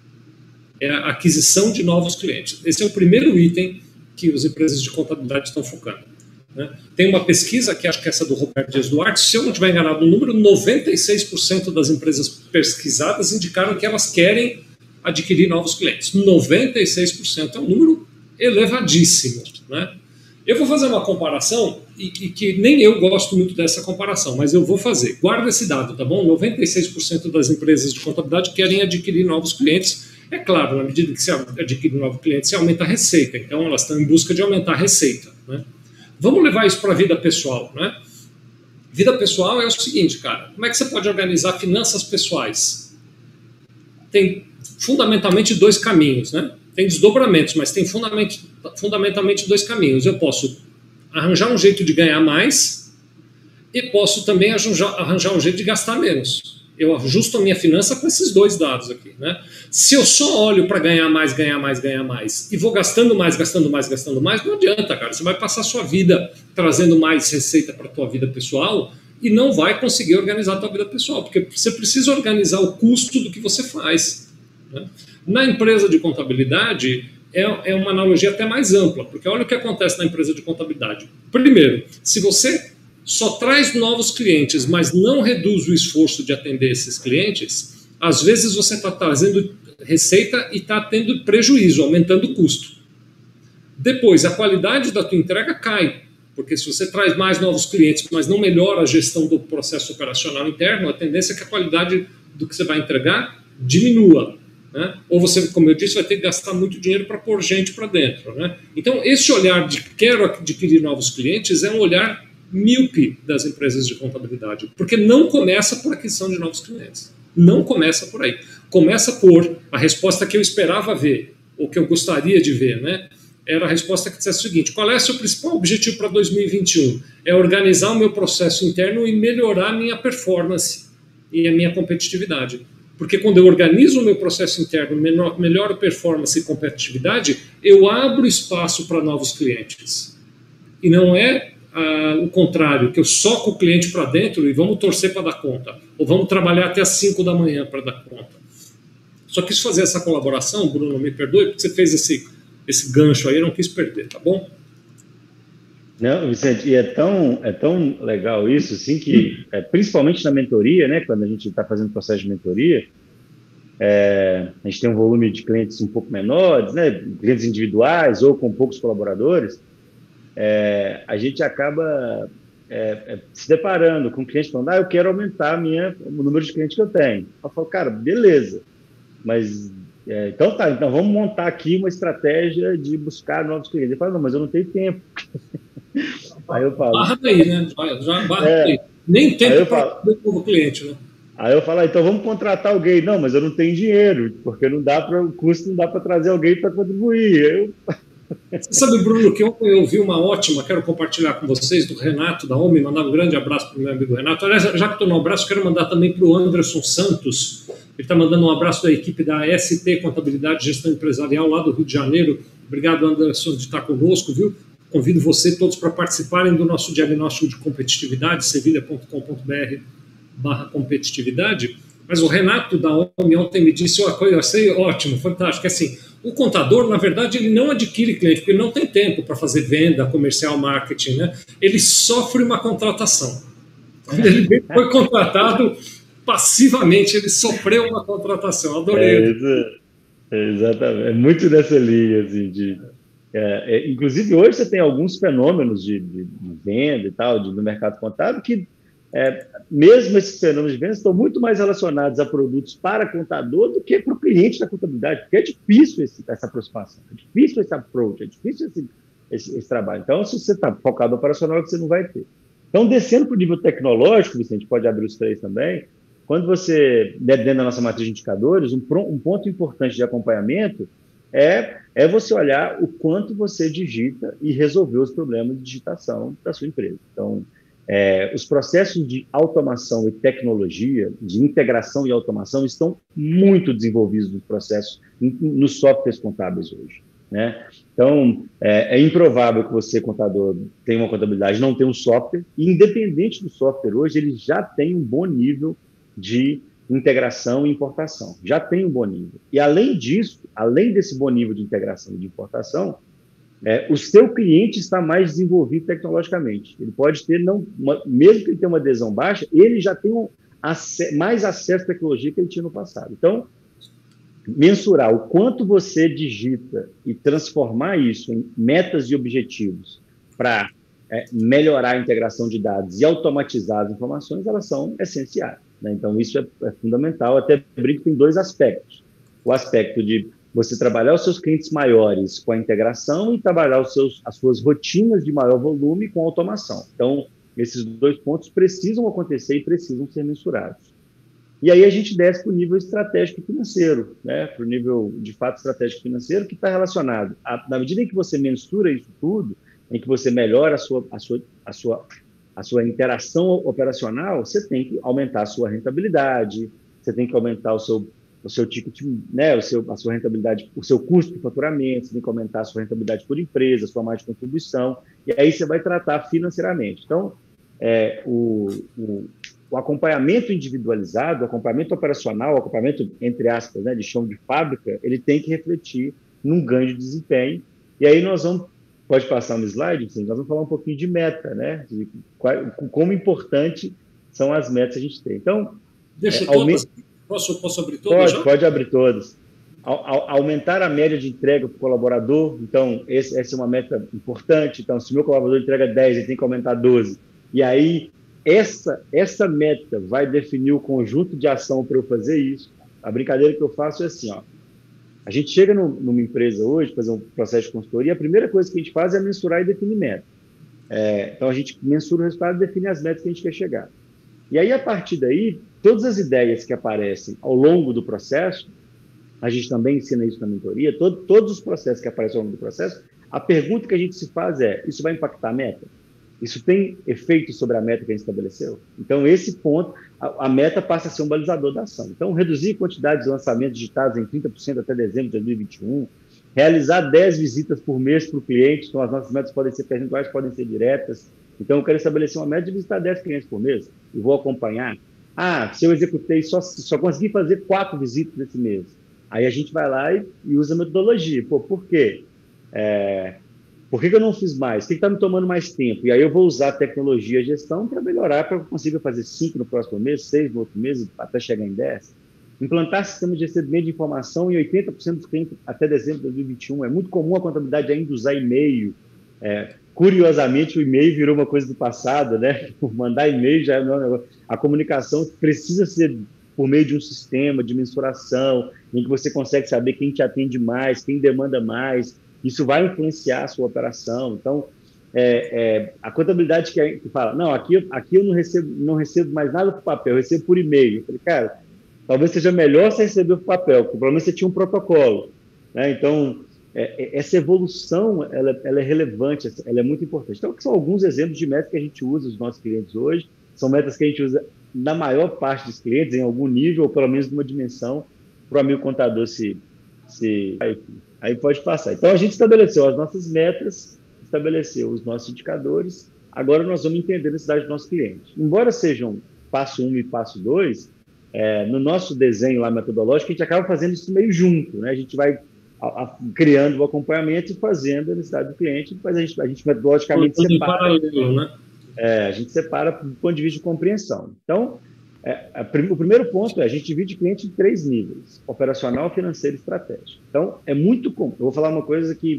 É a aquisição de novos clientes. Esse é o primeiro item que as empresas de contabilidade estão focando, né? Tem uma pesquisa, que acho que é essa do Roberto Dias Duarte, se eu não estiver enganado no número, noventa e seis por cento das empresas pesquisadas indicaram que elas querem adquirir novos clientes. noventa e seis por cento é um número elevadíssimo, né? Eu vou fazer uma comparação, e, e que nem eu gosto muito dessa comparação, mas eu vou fazer. Guarda esse dado, tá bom? noventa e seis por cento das empresas de contabilidade querem adquirir novos clientes. É claro, na medida que se adquire um novo cliente, se aumenta a receita. Então, elas estão em busca de aumentar a receita, né? Vamos levar isso para a vida pessoal, né? Vida pessoal é o seguinte, cara. Como é que você pode organizar finanças pessoais? Tem fundamentalmente dois caminhos, né? Tem desdobramentos, mas tem fundamentalmente, fundamentalmente dois caminhos. Eu posso arranjar um jeito de ganhar mais e posso também arranjar, arranjar um jeito de gastar menos. Eu ajusto a minha finança com esses dois dados aqui, né? Se eu só olho para ganhar mais, ganhar mais, ganhar mais e vou gastando mais, gastando mais, gastando mais, não adianta, cara. Você vai passar a sua vida trazendo mais receita para a tua vida pessoal e não vai conseguir organizar a tua vida pessoal, porque você precisa organizar o custo do que você faz, né? Na empresa de contabilidade, é, é uma analogia até mais ampla, porque olha o que acontece na empresa de contabilidade. Primeiro, se você só traz novos clientes, mas não reduz o esforço de atender esses clientes, às vezes você está trazendo receita e está tendo prejuízo, aumentando o custo. Depois, a qualidade da tua entrega cai, porque se você traz mais novos clientes, mas não melhora a gestão do processo operacional interno, a tendência é que a qualidade do que você vai entregar diminua, né? Ou você, como eu disse, vai ter que gastar muito dinheiro para pôr gente para dentro, né? Então, esse olhar de quero adquirir novos clientes é um olhar míope das empresas de contabilidade, porque não começa por aquisição de novos clientes. Não começa por aí. Começa por a resposta que eu esperava ver, ou que eu gostaria de ver, né? Era a resposta que dissesse o seguinte: qual é o seu principal objetivo para dois mil e vinte e um? É organizar o meu processo interno e melhorar a minha performance e a minha competitividade. Porque quando eu organizo o meu processo interno, melhoro a performance e competitividade, eu abro espaço para novos clientes. E não é ah, o contrário, que eu soco o cliente para dentro e vamos torcer para dar conta. Ou vamos trabalhar até as cinco da manhã para dar conta. Só quis fazer essa colaboração, Bruno, me perdoe, porque você fez esse, esse gancho aí, eu não quis perder, tá bom? Não, Vicente, e é tão, é tão legal isso, assim, que, é, principalmente na mentoria, né, quando a gente está fazendo processo de mentoria, é, a gente tem um volume de clientes um pouco menores, né, clientes individuais ou com poucos colaboradores, é, a gente acaba é, é, se deparando com clientes falando: ah, eu quero aumentar a minha, o número de clientes que eu tenho. Eu falo: cara, beleza, mas é, então tá, então vamos montar aqui uma estratégia de buscar novos clientes. Ele fala: não, mas eu não tenho tempo. Aí eu falo: barra daí, né? Já, já barra é, daí. Nem tempo para o novo cliente, né? Aí eu falo: ah, então vamos contratar alguém. Não, mas eu não tenho dinheiro, porque não dá para o custo, não dá para trazer alguém para contribuir. Eu... Você sabe, Bruno, que ontem eu vi uma ótima, quero compartilhar com vocês, do Renato, da OMI, mandar um grande abraço para o meu amigo Renato. Aliás, já que estou no abraço, quero mandar também para o Anderson Santos. Ele está mandando um abraço da equipe da S T Contabilidade e Gestão Empresarial, lá do Rio de Janeiro. Obrigado, Anderson, de estar conosco, viu? Convido você todos para participarem do nosso diagnóstico de competitividade, sevilha ponto com ponto br barra competitividade. Mas o Renato da OMI ontem me disse uma coisa, eu achei ótimo, fantástico, assim, o contador, na verdade, ele não adquire cliente, porque ele não tem tempo para fazer venda, comercial, marketing, né? Ele sofre uma contratação. Quando ele foi contratado, passivamente, ele sofreu uma contratação. Adorei. É, isso, é, exatamente. É muito nessa linha, assim, de... É, é, inclusive, hoje você tem alguns fenômenos de, de, de venda e tal, de, no mercado contábil, que é, mesmo esses fenômenos de venda estão muito mais relacionados a produtos para contador do que para o cliente da contabilidade, porque é difícil esse, essa aproximação, é difícil esse approach, é difícil esse, esse, esse trabalho. Então, se você está focado no operacional, você não vai ter. Então, descendo para o nível tecnológico, Vicente, pode abrir os três também, quando você, dentro da nossa matriz de indicadores, um, um ponto importante de acompanhamento é, é você olhar o quanto você digita e resolver os problemas de digitação da sua empresa. Então, É, os processos de automação e tecnologia, de integração e automação, estão muito desenvolvidos nos processos, nos softwares contábeis hoje, né? Então, é, é improvável que você, contador, tenha uma contabilidade, não tenha um software, e independente do software hoje, ele já tem um bom nível de integração e importação, já tem um bom nível. E, além disso, além desse bom nível de integração e de importação, É, o seu cliente está mais desenvolvido tecnologicamente. Ele pode ter, não, uma, mesmo que ele tenha uma adesão baixa, ele já tem um, ac mais acesso à tecnologia que ele tinha no passado. Então, mensurar o quanto você digita e transformar isso em metas e objetivos para é, melhorar a integração de dados e automatizar as informações, elas são essenciais, né? Então, isso é, é fundamental. Até brinco, tem dois aspectos. O aspecto de você trabalhar os seus clientes maiores com a integração e trabalhar os seus, as suas rotinas de maior volume com automação. Então, esses dois pontos precisam acontecer e precisam ser mensurados. E aí a gente desce para o nível estratégico financeiro, né? Para o nível, de fato, estratégico financeiro, que está relacionado, a, na medida em que você mensura isso tudo, em que você melhora a sua, a sua, a sua, a sua interação operacional, você tem que aumentar a sua rentabilidade, você tem que aumentar o seu o seu ticket, né, o seu, a sua rentabilidade, o seu custo de faturamento, você tem que aumentar a sua rentabilidade por empresa, a sua margem de contribuição, e aí você vai tratar financeiramente. Então, é, o, o, o acompanhamento individualizado, o acompanhamento operacional, o acompanhamento, entre aspas, né, de chão de fábrica, ele tem que refletir num ganho de desempenho, e aí nós vamos, pode passar no slide, sim, nós vamos falar um pouquinho de meta, né, de qual, como importante são as metas que a gente tem. Então, Deixa é, todas... aumenta... Posso, posso abrir todos? Pode, já? pode abrir todos. Aumentar a média de entrega para o colaborador, então, esse, essa é uma meta importante. Então, se o meu colaborador entrega dez, ele tem que aumentar doze. E aí, essa, essa meta vai definir o conjunto de ação para eu fazer isso. A brincadeira que eu faço é assim, ó. A gente chega no, numa empresa hoje, fazer um processo de consultoria, a primeira coisa que a gente faz é mensurar e definir meta. É, então, a gente mensura o resultado e define as metas que a gente quer chegar. E aí, a partir daí, todas as ideias que aparecem ao longo do processo, a gente também ensina isso na mentoria, todo, todos os processos que aparecem ao longo do processo, a pergunta que a gente se faz é, isso vai impactar a meta? Isso tem efeito sobre a meta que a gente estabeleceu? Então, esse ponto, a, a meta passa a ser um balizador da ação. Então, reduzir a quantidade de lançamentos digitados em trinta por cento até dezembro de dois mil e vinte e um, realizar dez visitas por mês para o cliente, então as nossas metas podem ser percentuais, podem ser diretas. Então, eu quero estabelecer uma meta de visitar dez clientes por mês e vou acompanhar. Ah, se eu executei, só, só consegui fazer quatro visitas nesse mês. Aí a gente vai lá e, e usa a metodologia. Pô, por quê? É, por que, que eu não fiz mais? O que está me tomando mais tempo? E aí eu vou usar a tecnologia e a gestão para melhorar, para que eu consiga fazer cinco no próximo mês, seis no outro mês, até chegar em dez. Implantar sistema de recebimento de informação em oitenta por cento dos clientes até dezembro de dois mil e vinte e um. É muito comum a contabilidade ainda usar e-mail. É, curiosamente, o e-mail virou uma coisa do passado, né? Mandar e-mail já não é um negócio. A comunicação precisa ser por meio de um sistema de mensuração, em que você consegue saber quem te atende mais, quem demanda mais. Isso vai influenciar a sua operação. Então, é, é, a contabilidade que, é, que fala, não, aqui, aqui eu não recebo, não recebo mais nada por papel, eu recebo por e-mail. Eu falei, cara, talvez seja melhor você receber por papel, porque pelo menos você tinha um protocolo, né? Então, é, essa evolução, ela, ela é relevante, ela é muito importante. Então, são alguns exemplos de metas que a gente usa nos nossos clientes hoje, são metas que a gente usa na maior parte dos clientes, em algum nível, ou pelo menos numa dimensão, para o amigo contador se... se aí, aí pode passar. Então, a gente estabeleceu as nossas metas, estabeleceu os nossos indicadores, agora nós vamos entender a necessidade do nosso cliente. Embora sejam passo um e passo dois, é, no nosso desenho lá metodológico, a gente acaba fazendo isso meio junto, né? A gente vai a, a, criando o acompanhamento e fazendo a necessidade do cliente, mas a gente, a gente metodologicamente Tudo separa. paralelo, né? É, a gente separa do ponto de vista de compreensão. Então, é, a, o primeiro ponto é a gente divide o cliente em três níveis: operacional, financeiro e estratégico. Então, é muito comum. Eu vou falar uma coisa que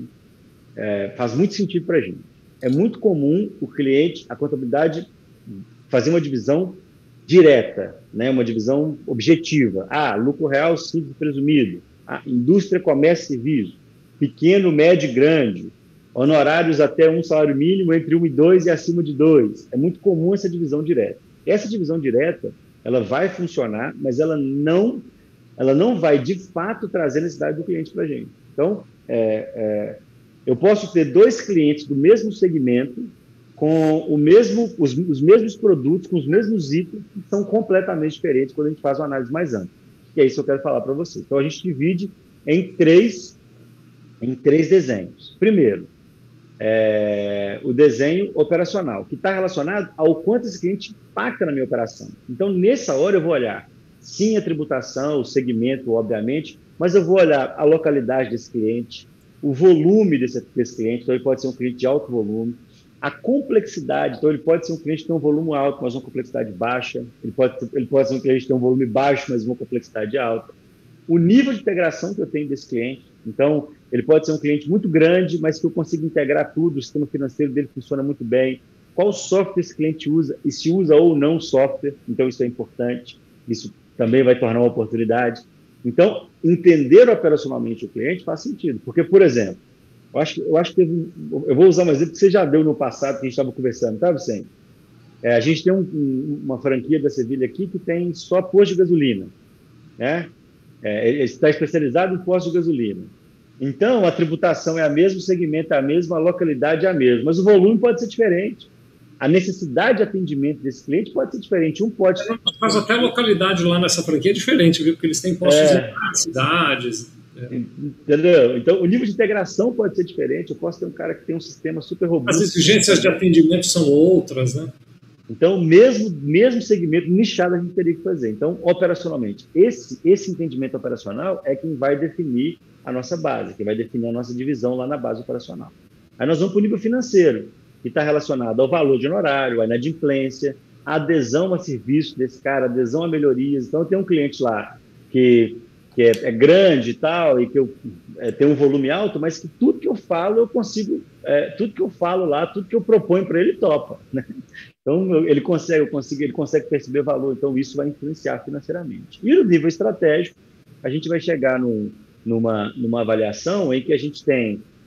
é, faz muito sentido para a gente. É muito comum o cliente, a contabilidade, fazer uma divisão direta, né? Uma divisão objetiva. Ah, lucro real simples e presumido. Ah, indústria, comércio e serviço. Pequeno, médio e grande. Honorários até um salário mínimo, entre um e dois e acima de dois. É muito comum essa divisão direta. Essa divisão direta, ela vai funcionar, mas ela não, ela não vai, de fato, trazer a necessidade do cliente para a gente. Então, é, é, eu posso ter dois clientes do mesmo segmento, com o mesmo, os, os mesmos produtos, com os mesmos itens, que são completamente diferentes quando a gente faz uma análise mais ampla. E é isso que eu quero falar para você. Então, a gente divide em três, em três desenhos. Primeiro, É, o desenho operacional, que está relacionado ao quanto esse cliente impacta na minha operação. Então, nessa hora, eu vou olhar, sim, a tributação, o segmento, obviamente, mas eu vou olhar a localidade desse cliente, o volume desse, desse cliente, então ele pode ser um cliente de alto volume, a complexidade, então ele pode ser um cliente que tem um volume alto, mas uma complexidade baixa, ele pode, ele pode ser um cliente que tem um volume baixo, mas uma complexidade alta, o nível de integração que eu tenho desse cliente. Então, ele pode ser um cliente muito grande, mas que eu consigo integrar tudo, o sistema financeiro dele funciona muito bem. Qual software esse cliente usa, e se usa ou não software, então isso é importante, isso também vai tornar uma oportunidade. Então, entender operacionalmente o cliente faz sentido, porque, por exemplo, eu acho, eu acho que teve, eu vou usar um exemplo que você já deu no passado, que a gente estava conversando, tá, Vicente? É, a gente tem um, uma franquia da Sevilha aqui que tem só posto de gasolina, né? É, ele está especializado em postos de gasolina. Então, a tributação é a mesma, o segmento é a mesma, a localidade é a mesma, mas o volume pode ser diferente. A necessidade de atendimento desse cliente pode ser diferente. Um pode... Mas até a localidade lá nessa franquia é diferente, viu? Porque eles têm postos é... em cidades. É. Entendeu? Então, o nível de integração pode ser diferente. Eu posso ter um cara que tem um sistema super robusto. As exigências de atendimento são outras, né? Então, mesmo, mesmo segmento nichado a gente teria que fazer. Então, operacionalmente, esse, esse entendimento operacional é quem vai definir a nossa base, que vai definir a nossa divisão lá na base operacional. Aí nós vamos para o nível financeiro, que está relacionado ao valor de honorário, à inadimplência, a adesão a serviço desse cara, adesão a melhorias. Então, eu tenho um cliente lá que, que é, é grande e tal, e que eu é, tenho um volume alto, mas que tudo que eu falo, eu consigo, é, tudo que eu falo lá, tudo que eu proponho para ele, topa, né? Então, ele consegue, eu consigo, ele consegue perceber valor, então isso vai influenciar financeiramente. E no nível estratégico, a gente vai chegar num, numa, numa avaliação em que a gente tem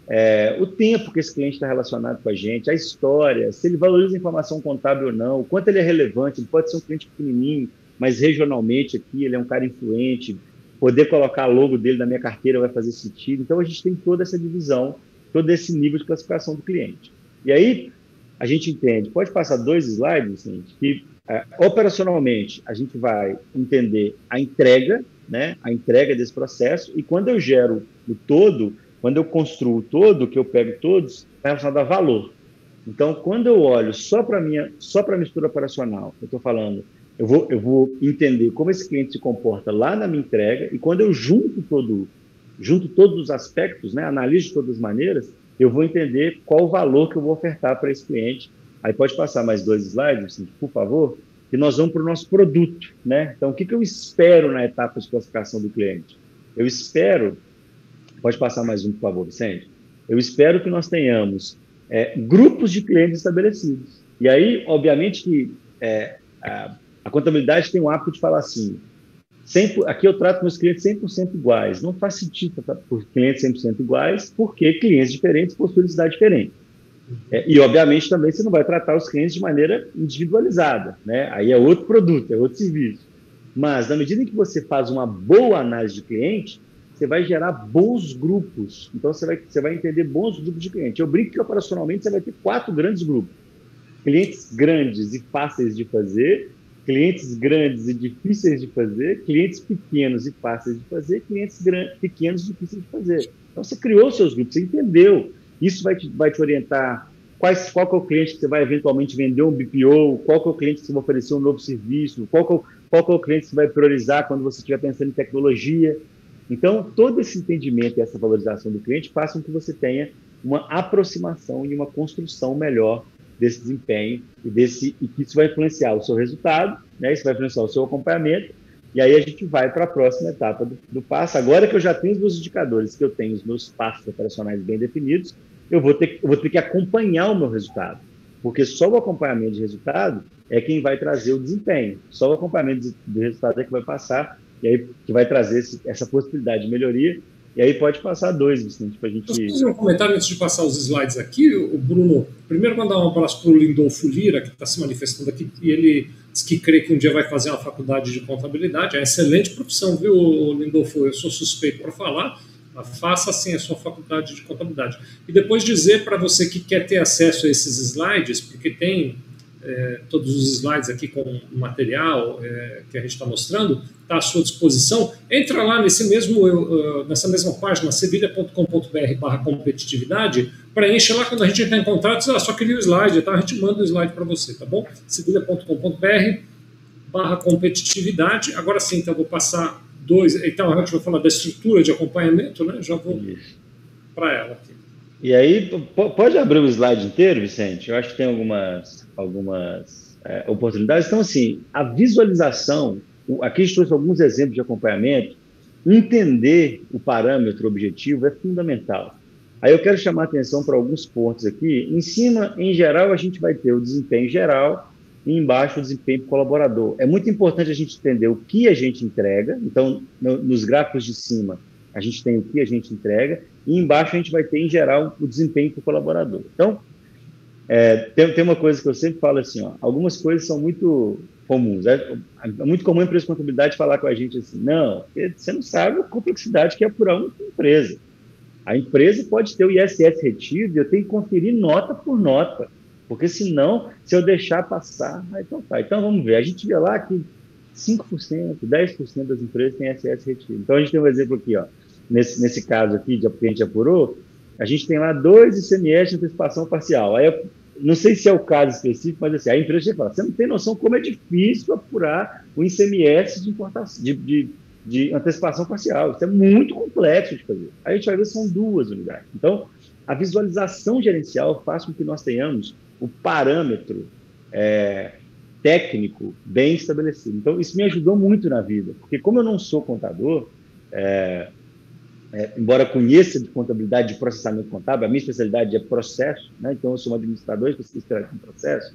é, o tempo que esse cliente está relacionado com a gente, a história, se ele valoriza a informação contábil ou não, o quanto ele é relevante. Ele pode ser um cliente pequenininho, mas regionalmente aqui ele é um cara influente, poder colocar a logo dele na minha carteira vai fazer sentido. Então, a gente tem toda essa divisão, todo esse nível de classificação do cliente. E aí, a gente entende, pode passar dois slides, gente, que é, operacionalmente a gente vai entender a entrega, né, a entrega desse processo, e quando eu gero o todo, quando eu construo o todo, que eu pego todos, está relacionado a valor. Então, quando eu olho só para minha, só para a mistura operacional, eu estou falando, eu vou, eu vou entender como esse cliente se comporta lá na minha entrega, e quando eu junto todo, junto todos os aspectos, né, analiso de todas as maneiras, eu vou entender qual o valor que eu vou ofertar para esse cliente. Aí pode passar mais dois slides, assim, por favor, e nós vamos para o nosso produto, né? Então, o que, que eu espero na etapa de classificação do cliente? Eu espero, pode passar mais um, por favor, Vicente? Eu espero que nós tenhamos é, grupos de clientes estabelecidos. E aí, obviamente que é, a, a contabilidade tem o hábito de falar assim, cem por cento, aqui eu trato meus clientes cem por cento iguais. Não faz sentido tratar por clientes cem por cento iguais, porque clientes diferentes possuem necessidade diferente. É, e, obviamente, também você não vai tratar os clientes de maneira individualizada, né? Aí é outro produto, é outro serviço. Mas, na medida em que você faz uma boa análise de cliente, você vai gerar bons grupos. Então, você vai, você vai entender bons grupos de clientes. Eu brinco que, operacionalmente, você vai ter quatro grandes grupos. Clientes grandes e fáceis de fazer, clientes grandes e difíceis de fazer, clientes pequenos e fáceis de fazer, clientes grandes, pequenos e difíceis de fazer. Então, você criou seus grupos, você entendeu. Isso vai te, vai te orientar quais, qual que é o cliente que você vai eventualmente vender um B P O, qual que é o cliente que você vai oferecer um novo serviço, qual que é o, qual que é o cliente que você vai priorizar quando você estiver pensando em tecnologia. Então, todo esse entendimento e essa valorização do cliente faz com que você tenha uma aproximação e uma construção melhor desse desempenho e, desse, e que isso vai influenciar o seu resultado, né? Isso vai influenciar o seu acompanhamento, e aí a gente vai para a próxima etapa do, do passo. Agora que eu já tenho os meus indicadores, que eu tenho os meus passos operacionais bem definidos, eu vou ter, eu vou ter que acompanhar o meu resultado, porque só o acompanhamento de resultado é quem vai trazer o desempenho, só o acompanhamento de, de resultado é que vai passar, e aí que vai trazer esse, essa possibilidade de melhoria. E aí pode passar dois, Vicente, para a gente... Posso fazer um comentário antes de passar os slides aqui? O Bruno, primeiro mandar um abraço para o Lindolfo Lira, que está se manifestando aqui, e ele diz que crê que um dia vai fazer uma faculdade de contabilidade. É uma excelente profissão, viu, Lindolfo? Eu sou suspeito para falar. Faça, sim, a sua faculdade de contabilidade. E depois dizer para você que quer ter acesso a esses slides, porque tem é, todos os slides aqui com o material é, que a gente está mostrando, está à sua disposição. Entra lá nesse mesmo, uh, nessa mesma página, sevilha ponto com ponto br barra competitividade, preenche lá quando a gente entrar em contato, diz, ah, só queria o slide, tá? A gente manda o slide para você, tá bom? sevilha ponto com ponto br barra competitividade. Agora sim, então eu vou passar dois, então a gente vai falar da estrutura de acompanhamento, né? Já vou para ela aqui. E aí, pode abrir o slide inteiro, Vicente? Eu acho que tem algumas, algumas é, oportunidades. Então, assim, a visualização, aqui a gente trouxe alguns exemplos de acompanhamento, entender o parâmetro objetivo é fundamental. Aí eu quero chamar a atenção para alguns pontos aqui. Em cima, em geral, a gente vai ter o desempenho geral e embaixo o desempenho colaborador. É muito importante a gente entender o que a gente entrega. Então, no, nos gráficos de cima, a gente tem o que a gente entrega, e embaixo a gente vai ter, em geral, o desempenho do colaborador. Então, é, tem, tem uma coisa que eu sempre falo assim, ó, algumas coisas são muito comuns. É, é muito comum a empresa de contabilidade falar com a gente assim, não, você não sabe a complexidade que é apurar uma empresa. A empresa pode ter o I S S retido e eu tenho que conferir nota por nota, porque senão, se eu deixar passar, aí então tá. Então, vamos ver, a gente vê lá que cinco por cento, dez por cento das empresas têm I S S retido. Então, a gente tem um exemplo aqui, ó. Nesse, nesse caso aqui, de que a gente apurou, a gente tem lá dois I C M S de antecipação parcial. Aí, eu, não sei se é o caso específico, mas assim, a empresa fala, você não tem noção como é difícil apurar o I C M S de, importação, de, de, de antecipação parcial. Isso é muito complexo de fazer. Aí a gente vai ver que são duas unidades. Então, a visualização gerencial faz com que nós tenhamos o parâmetro é, técnico bem estabelecido. Então, isso me ajudou muito na vida, porque como eu não sou contador, é, é, embora conheça de contabilidade de processamento contábil, a minha especialidade é processo, né? Então eu sou um administrador especialista em processo,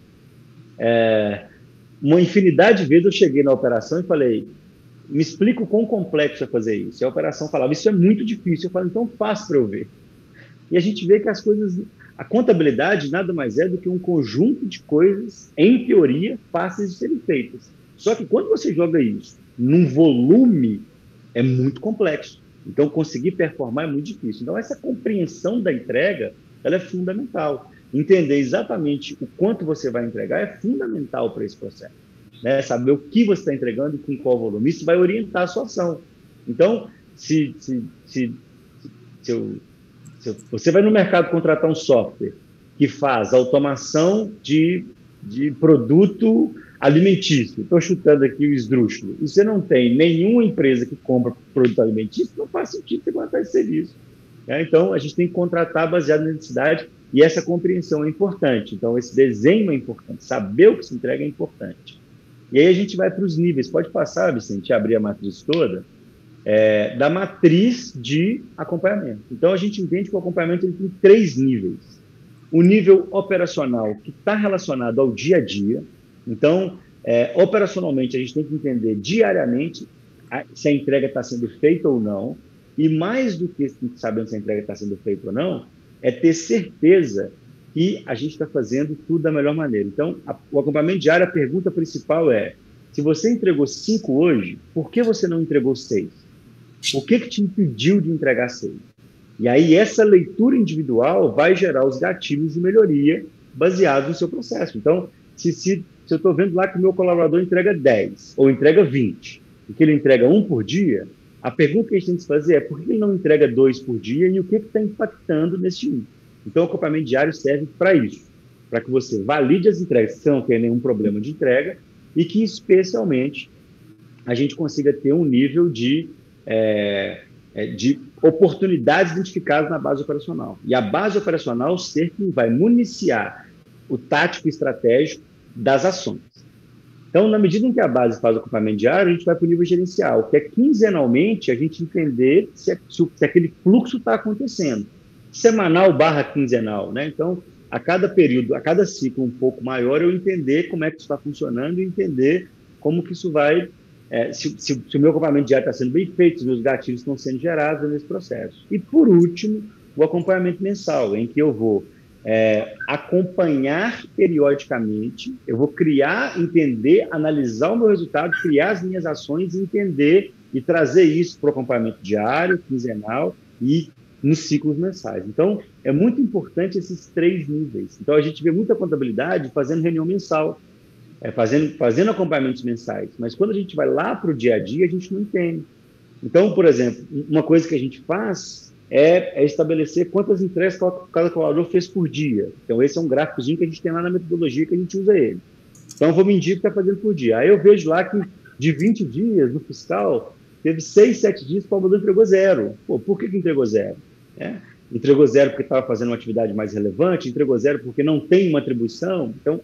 é, uma infinidade de vezes eu cheguei na operação e falei, me explica o quão complexo é fazer isso. E a operação falava, isso é muito difícil. Eu falei, então faça para eu ver. E a gente vê que as coisas... A contabilidade nada mais é do que um conjunto de coisas, em teoria, fáceis de serem feitas. Só que quando você joga isso num volume, é muito complexo. Então, conseguir performar é muito difícil. Então, essa compreensão da entrega, ela é fundamental. Entender exatamente o quanto você vai entregar é fundamental para esse processo. Né? Saber o que você está entregando e com qual volume. Isso vai orientar a sua ação. Então, se, se, se, se, eu, se eu, você vai no mercado contratar um software que faz automação de, de produto alimentício, estou chutando aqui o esdrúxulo, e você não tem nenhuma empresa que compra produto alimentício, não faz sentido você contratar esse serviço. É, então, a gente tem que contratar baseado na necessidade, e essa compreensão é importante. Então, esse desenho é importante, saber o que se entrega é importante. E aí a gente vai para os níveis. Pode passar, Vicente, abrir a matriz toda, é, da matriz de acompanhamento. Então, a gente entende que o acompanhamento ele tem três níveis. O nível operacional, que está relacionado ao dia a dia. Então, é, operacionalmente, a gente tem que entender diariamente a, se a entrega está sendo feita ou não. E mais do que sabendo se a entrega está sendo feita ou não, é ter certeza que a gente está fazendo tudo da melhor maneira. Então, a, o acompanhamento diário, a pergunta principal é, se você entregou cinco hoje, por que você não entregou seis? O que, que te impediu de entregar seis? E aí, essa leitura individual vai gerar os gatilhos de melhoria baseados no seu processo. Então, se, se, se eu estou vendo lá que o meu colaborador entrega dez, ou entrega vinte, e que ele entrega um por dia, a pergunta que a gente tem que fazer é por que ele não entrega dois por dia e o que está impactando nesse um? Então, o acompanhamento diário serve para isso, para que você valide as entregas, se você não tem nenhum problema de entrega, e que, especialmente, a gente consiga ter um nível de, é, de oportunidades identificadas na base operacional. E a base operacional ser quem vai municiar o tático estratégico das ações. Então, na medida em que a base faz o acompanhamento diário, a gente vai para o nível gerencial, que é quinzenalmente a gente entender se, é, se, se aquele fluxo está acontecendo. Semanal barra quinzenal, né? Então, a cada período, a cada ciclo um pouco maior, eu entender como é que isso está funcionando e entender como que isso vai, é, se, se, se o meu acompanhamento diário está sendo bem feito, os meus gatilhos estão sendo gerados nesse processo. E, por último, o acompanhamento mensal, em que eu vou é, acompanhar periodicamente, eu vou criar, entender, analisar o meu resultado, criar as minhas ações, entender e trazer isso para o acompanhamento diário, quinzenal e nos ciclos mensais. Então, é muito importante esses três níveis. Então, a gente vê muita contabilidade fazendo reunião mensal, é, fazendo, fazendo acompanhamentos mensais, mas quando a gente vai lá para o dia a dia, a gente não entende. Então, por exemplo, uma coisa que a gente faz é, é estabelecer quantas entregas cada colaborador fez por dia. Então, esse é um gráficozinho que a gente tem lá na metodologia que a gente usa ele. Então, eu vou medir o que está fazendo por dia. Aí eu vejo lá que de vinte dias no fiscal, teve seis, sete dias que o colaborador entregou zero. Pô, por que, que entregou zero? É, entregou zero porque estava fazendo uma atividade mais relevante, entregou zero porque não tem uma atribuição. Então,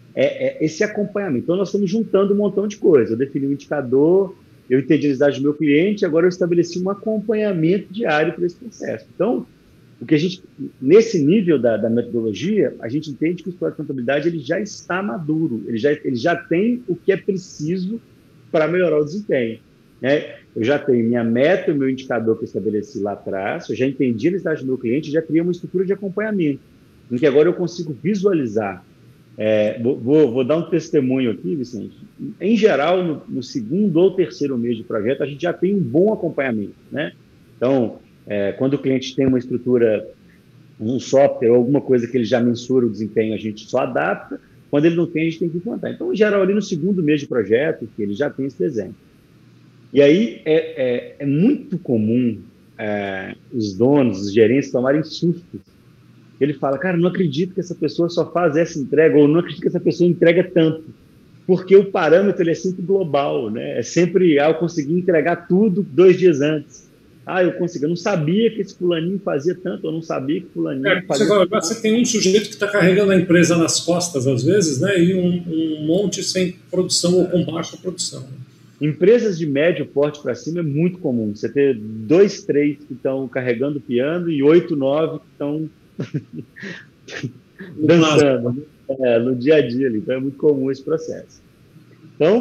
é, é esse acompanhamento. Então, nós estamos juntando um montão de coisas. Eu defini um indicador, eu entendi a necessidade do meu cliente, agora eu estabeleci um acompanhamento diário para esse processo. Então, o que a gente, nesse nível da, da metodologia, a gente entende que o histórico de contabilidade ele já está maduro, ele já, ele já tem o que é preciso para melhorar o desempenho. Né? Eu já tenho minha meta, o meu indicador que eu estabeleci lá atrás, eu já entendi a necessidade do meu cliente, já criei uma estrutura de acompanhamento, em que agora eu consigo visualizar. É, vou, vou dar um testemunho aqui, Vicente. Em geral, no, no segundo ou terceiro mês de projeto, a gente já tem um bom acompanhamento. Né? Então, é, quando o cliente tem uma estrutura, um software ou alguma coisa que ele já mensura o desempenho, a gente só adapta. Quando ele não tem, a gente tem que implantar. Então, em geral, ali no segundo mês de projeto, ele já tem esse desenho. E aí é, é, é muito comum é, os donos, os gerentes tomarem sustos. Ele fala, cara, não acredito que essa pessoa só faz essa entrega, ou não acredito que essa pessoa entrega tanto. Porque o parâmetro ele é sempre global, né? É sempre, ah, eu consegui entregar tudo dois dias antes. Ah, eu consegui, eu não sabia que esse fulaninho fazia tanto, eu não sabia que fulaninho é, fazia você, tanto. Você tem um sujeito que está carregando a empresa nas costas, às vezes, né? E um, um monte sem produção ou com baixa produção. Empresas de médio porte para cima é muito comum. Você ter dois, três que estão carregando o piano e oito, nove que estão dançando, né? É, no dia a dia ali. Então é muito comum esse processo. Então,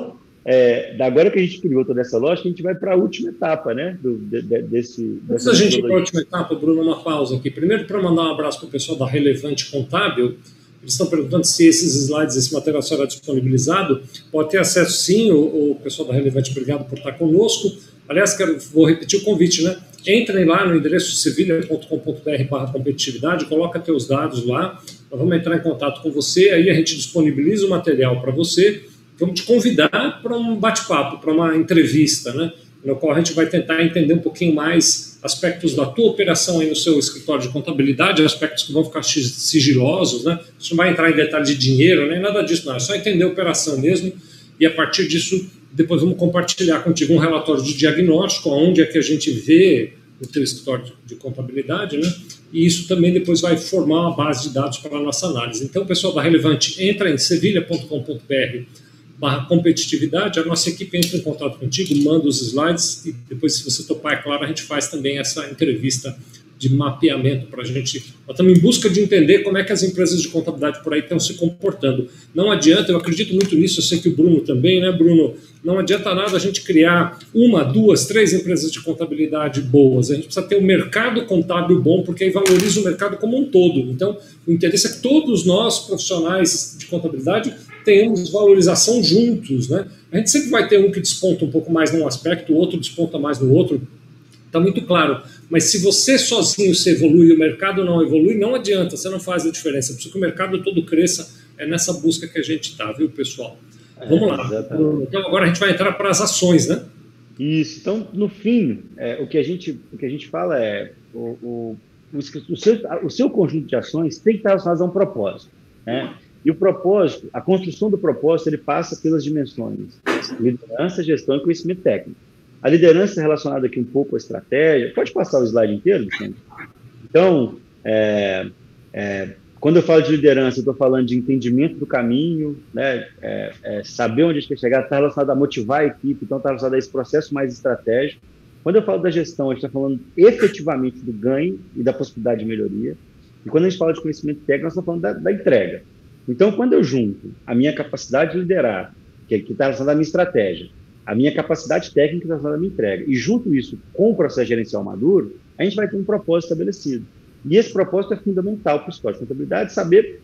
é, agora que a gente criou toda essa lógica, a gente vai para a última etapa, né? Do, de, de, desse, Antes da gente ir para a última etapa, Bruno, uma pausa aqui. Primeiro, para mandar um abraço para o pessoal da Relevante Contábil. Eles estão perguntando se esses slides, esse material será disponibilizado. Pode ter acesso, sim, o, o pessoal da Relevante, obrigado por estar conosco. Aliás, quero, vou repetir o convite, né? Entrem lá no endereço sevilha ponto com ponto br barra competitividade, coloca teus dados lá, nós vamos entrar em contato com você, aí a gente disponibiliza o material para você, vamos te convidar para um bate-papo, para uma entrevista, né? No qual a gente vai tentar entender um pouquinho mais aspectos da tua operação aí no seu escritório de contabilidade, aspectos que vão ficar sigilosos, né? A gente não vai entrar em detalhe de dinheiro, nem nada disso, não, é só entender a operação mesmo, e a partir disso, depois vamos compartilhar contigo um relatório de diagnóstico, onde é que a gente vê o teu escritório de contabilidade, né? E isso também depois vai formar uma base de dados para a nossa análise. Então, o pessoal da Relevante entra em sevilha ponto com ponto br barra competitividade, a nossa equipe entra em contato contigo, manda os slides e depois, se você topar, é claro, a gente faz também essa entrevista de mapeamento para a gente. Nós estamos em busca de entender como é que as empresas de contabilidade por aí estão se comportando. Não adianta, eu acredito muito nisso, eu sei que o Bruno também, né, Bruno? Não adianta nada a gente criar uma, duas, três empresas de contabilidade boas. A gente precisa ter um mercado contábil bom, porque aí valoriza o mercado como um todo. Então, o interesse é que todos nós, profissionais de contabilidade, tenhamos valorização juntos, né? A gente sempre vai ter um que desponta um pouco mais num aspecto, o outro desponta mais no outro, está muito claro. Mas se você sozinho se evolui e o mercado não evolui, não adianta, você não faz a diferença. Precisa que o mercado todo cresça, é nessa busca que a gente está, viu, pessoal? Vamos lá. Exatamente. Então agora a gente vai entrar para as ações, né? Isso. Então, no fim, é, o, que a gente, o que a gente fala é o, o, o, o, seu, o seu conjunto de ações tem que estar relacionado a um propósito, né? E o propósito, a construção do propósito, ele passa pelas dimensões liderança, gestão e conhecimento técnico. A liderança é relacionada aqui um pouco à estratégia. Pode passar o slide inteiro, Vicente? Então, é, é, quando eu falo de liderança, eu estou falando de entendimento do caminho, né? é, é, saber onde a gente quer chegar, está relacionado a motivar a equipe, então está relacionado a esse processo mais estratégico. Quando eu falo da gestão, a gente está falando efetivamente do ganho e da possibilidade de melhoria. E quando a gente fala de conhecimento técnico, nós estamos falando da, da entrega. Então, quando eu junto a minha capacidade de liderar, que está relacionada à minha estratégia, a minha capacidade técnica está relacionada à minha entrega, e junto isso com o processo gerencial maduro, a gente vai ter um propósito estabelecido. E esse propósito é fundamental para o escritório de contabilidade, saber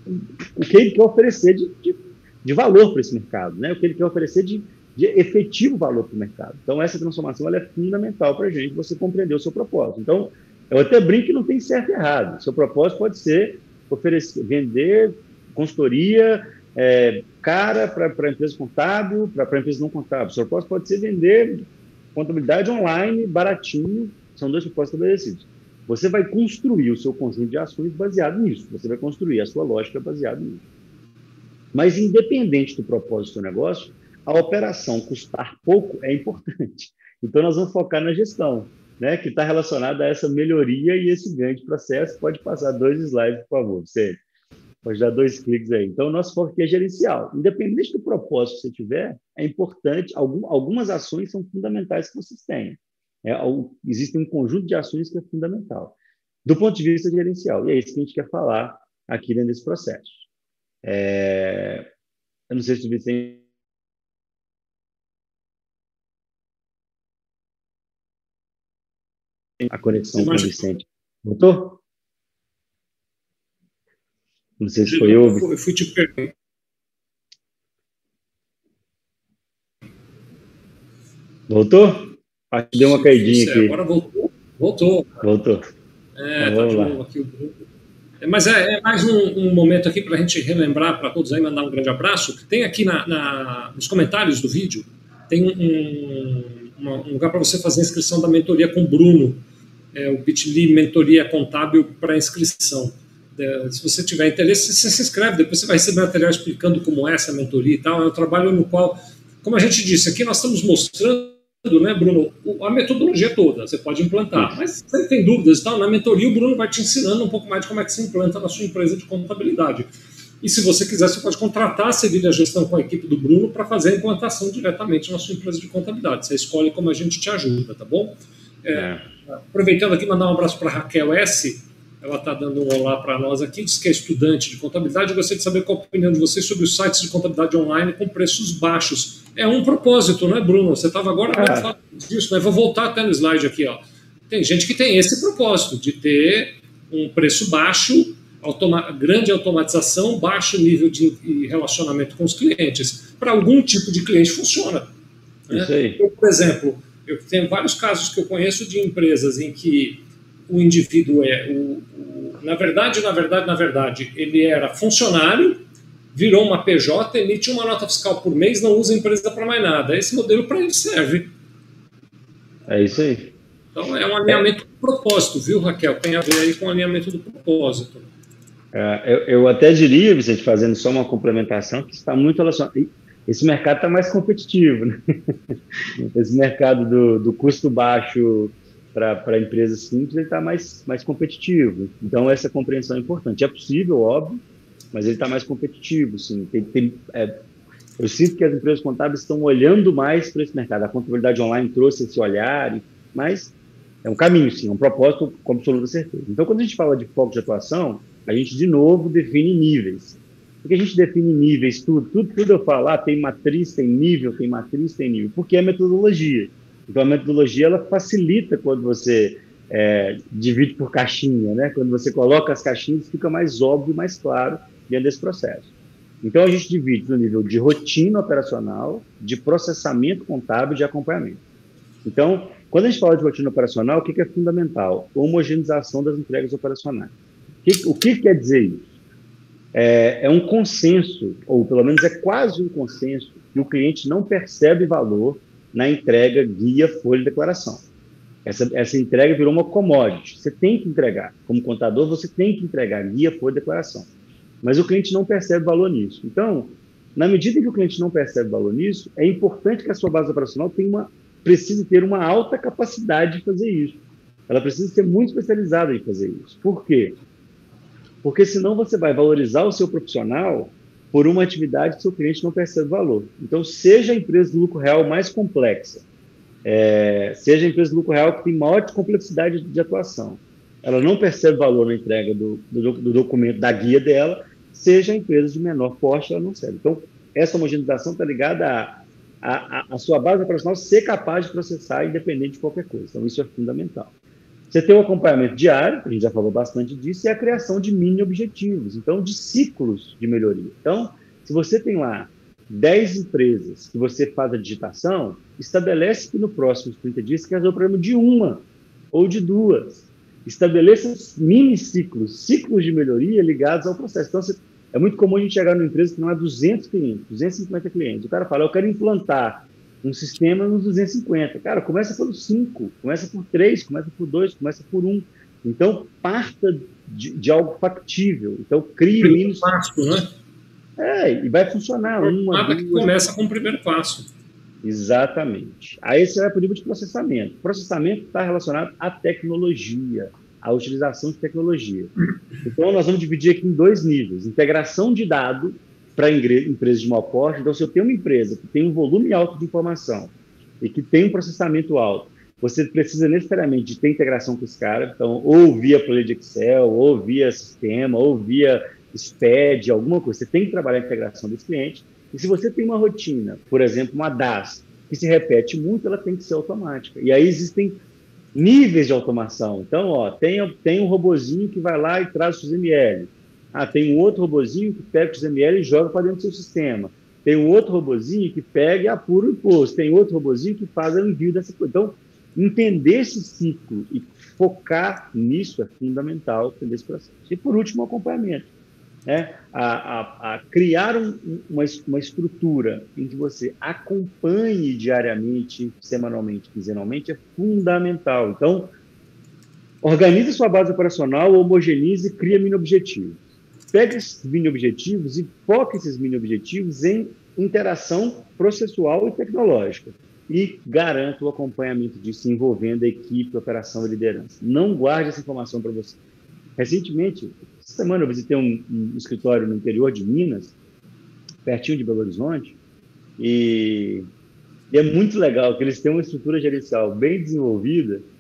o que ele quer oferecer de, de, de valor para esse mercado, né? O que ele quer oferecer de, de efetivo valor para o mercado. Então, essa transformação ela é fundamental para a gente, você compreender o seu propósito. Então, eu até brinco que não tem certo e errado. Seu propósito pode ser oferecer, vender consultoria é, cara para a empresa contábil, para a empresa não contábil. O seu propósito pode ser vender contabilidade online, baratinho, são dois propósitos estabelecidos. Você vai construir o seu conjunto de ações baseado nisso, você vai construir a sua lógica baseada nisso. Mas, independente do propósito do seu negócio, a operação custar pouco é importante. Então, nós vamos focar na gestão, né, que está relacionada a essa melhoria e esse ganho de processo. Pode passar dois slides, por favor, você. Pode dar dois cliques aí. Então, o nosso foco aqui é gerencial. Independente do propósito que você tiver, é importante, algum, algumas ações são fundamentais que vocês tenham. É, existe um conjunto de ações que é fundamental, do ponto de vista gerencial. E é isso que a gente quer falar aqui dentro desse processo. É, eu não sei se o Vicente... A conexão com o Vicente. Voltou? Não sei se foi eu. Eu fui te perguntar. Voltou? Acho que deu uma caidinha aqui. Agora voltou. Voltou. Voltou. É, então, tá de novo aqui o Bruno. Mas é, é mais um, um momento aqui para a gente relembrar para todos aí, mandar um grande abraço. Tem aqui na, na, nos comentários do vídeo, tem um, uma, um lugar para você fazer a inscrição da mentoria com o Bruno, é, o bit ponto l y Mentoria Contábil para inscrição. É, se você tiver interesse, você se inscreve, depois você vai receber material explicando como é essa mentoria e tal. É um trabalho no qual, como a gente disse, aqui nós estamos mostrando, né, Bruno, a metodologia toda, você pode implantar, mas você tem dúvidas e tal, na mentoria o Bruno vai te ensinando um pouco mais de como é que se implanta na sua empresa de contabilidade. E se você quiser, você pode contratar a Sevilha Gestão com a equipe do Bruno para fazer a implantação diretamente na sua empresa de contabilidade. Você escolhe como a gente te ajuda, tá bom? É, é. Aproveitando aqui, mandar um abraço para a Raquel S., ela está dando um olá para nós aqui, diz que é estudante de contabilidade. Eu gostaria de saber qual a opinião de vocês sobre os sites de contabilidade online com preços baixos. É um propósito, não é, Bruno? Você estava agora ah. falando disso, né? Vou voltar até no slide aqui. Ó. Tem gente que tem esse propósito, de ter um preço baixo, automa- grande automatização, baixo nível de relacionamento com os clientes. Para algum tipo de cliente funciona. Né? Isso aí. Eu, por exemplo, eu tenho vários casos que eu conheço de empresas em que o indivíduo é, o, o, na verdade, na verdade, na verdade, ele era funcionário, virou uma P J, emite uma nota fiscal por mês, não usa a empresa para mais nada. Esse modelo para ele serve. É isso aí. Então, é um alinhamento é. do propósito, viu, Raquel? Tem a ver aí com o alinhamento do propósito. É, eu, eu até diria, Vicente, fazendo só uma complementação, que está muito relacionado. Esse mercado está mais competitivo, né? Esse mercado do, do custo baixo para empresas simples, ele está mais, mais competitivo. Então, essa compreensão é importante. É possível, óbvio, mas ele está mais competitivo. Sim. Tem, tem, é, eu sinto que as empresas contábeis estão olhando mais para esse mercado. A contabilidade online trouxe esse olhar, mas é um caminho, sim, é um propósito com absoluta certeza. Então, quando a gente fala de foco de atuação, a gente, de novo, define níveis. Por que a gente define níveis? Tudo, tudo, tudo eu falo, ah, tem matriz, tem nível, tem matriz, tem nível. Porque é metodologia. Então, a metodologia ela facilita quando você é, divide por caixinha, né? Quando você coloca as caixinhas, fica mais óbvio, mais claro dentro desse processo. Então, a gente divide no nível de rotina operacional, de processamento contábil e de acompanhamento. Então, quando a gente fala de rotina operacional, o que, que é fundamental? Homogeneização das entregas operacionais. O que, o que quer dizer isso? É, é um consenso, ou pelo menos é quase um consenso, que o cliente não percebe valor na entrega guia, folha e declaração. Essa, essa entrega virou uma commodity. Você tem que entregar. Como contador, você tem que entregar guia, folha e declaração. Mas o cliente não percebe valor nisso. Então, na medida que o cliente não percebe valor nisso, é importante que a sua base operacional tenha uma, precise ter uma alta capacidade de fazer isso. Ela precisa ser muito especializada em fazer isso. Por quê? Porque senão você vai valorizar o seu profissional por uma atividade que seu cliente não percebe valor. Então, seja a empresa de lucro real mais complexa, é, seja a empresa de lucro real que tem maior complexidade de atuação, ela não percebe valor na entrega do, do, do documento, da guia dela, seja a empresa de menor porte, ela não serve. Então, essa homogeneização está ligada a, a, a, a sua base operacional ser capaz de processar independente de qualquer coisa. Então, isso é fundamental. Você tem o acompanhamento diário, a gente já falou bastante disso, e a criação de mini objetivos, então de ciclos de melhoria. Então, se você tem lá dez empresas que você faz a digitação, estabelece que no próximos trinta dias você quer resolver o problema de uma ou de duas. Estabeleça mini ciclos, ciclos de melhoria ligados ao processo. Então, você, é muito comum a gente chegar numa empresa que não há duzentos clientes, duzentos e cinquenta clientes. O cara fala, eu quero implantar um sistema nos duzentos e cinquenta. Cara, começa por cinco, começa por três, começa por dois, começa por um. Então, parta de, de algo factível. Então, crie primeiro mínimo... passo, né? É, e vai funcionar. Uma, nada que começa com o primeiro passo. Exatamente. Aí você vai para o nível de processamento. Processamento está relacionado à tecnologia, à utilização de tecnologia. Então, nós vamos dividir aqui em dois níveis. Integração de dado para empresas de maior porte. Então, se eu tenho uma empresa que tem um volume alto de informação e que tem um processamento alto, você precisa necessariamente de ter integração com esse cara, então, ou via planilha de Excel, ou via sistema, ou via S P E D, alguma coisa. Você tem que trabalhar a integração desse cliente. E se você tem uma rotina, por exemplo, uma D A S, que se repete muito, ela tem que ser automática. E aí existem níveis de automação. Então, ó, tem, tem um robozinho que vai lá e traz o X M L. Ah, tem um outro robozinho que pega o X M L e joga para dentro do seu sistema. Tem um outro robozinho que pega e apura o imposto. Tem outro robozinho que faz o envio dessa coisa. Então, entender esse ciclo e focar nisso é fundamental para esse processo. E, por último, o acompanhamento. Né? A, a, a criar um, uma, uma estrutura em que você acompanhe diariamente, semanalmente, quinzenalmente, é fundamental. Então, organize sua base operacional, homogeneize e cria mini-objetivos. Pega esses mini-objetivos e foca esses mini-objetivos em interação processual e tecnológica. E garanta o acompanhamento disso envolvendo a equipe, operação e liderança. Não guarde essa informação para você. Recentemente, essa semana eu visitei um, um escritório no interior de Minas, pertinho de Belo Horizonte, e, e é muito legal que eles têm uma estrutura gerencial bem desenvolvida,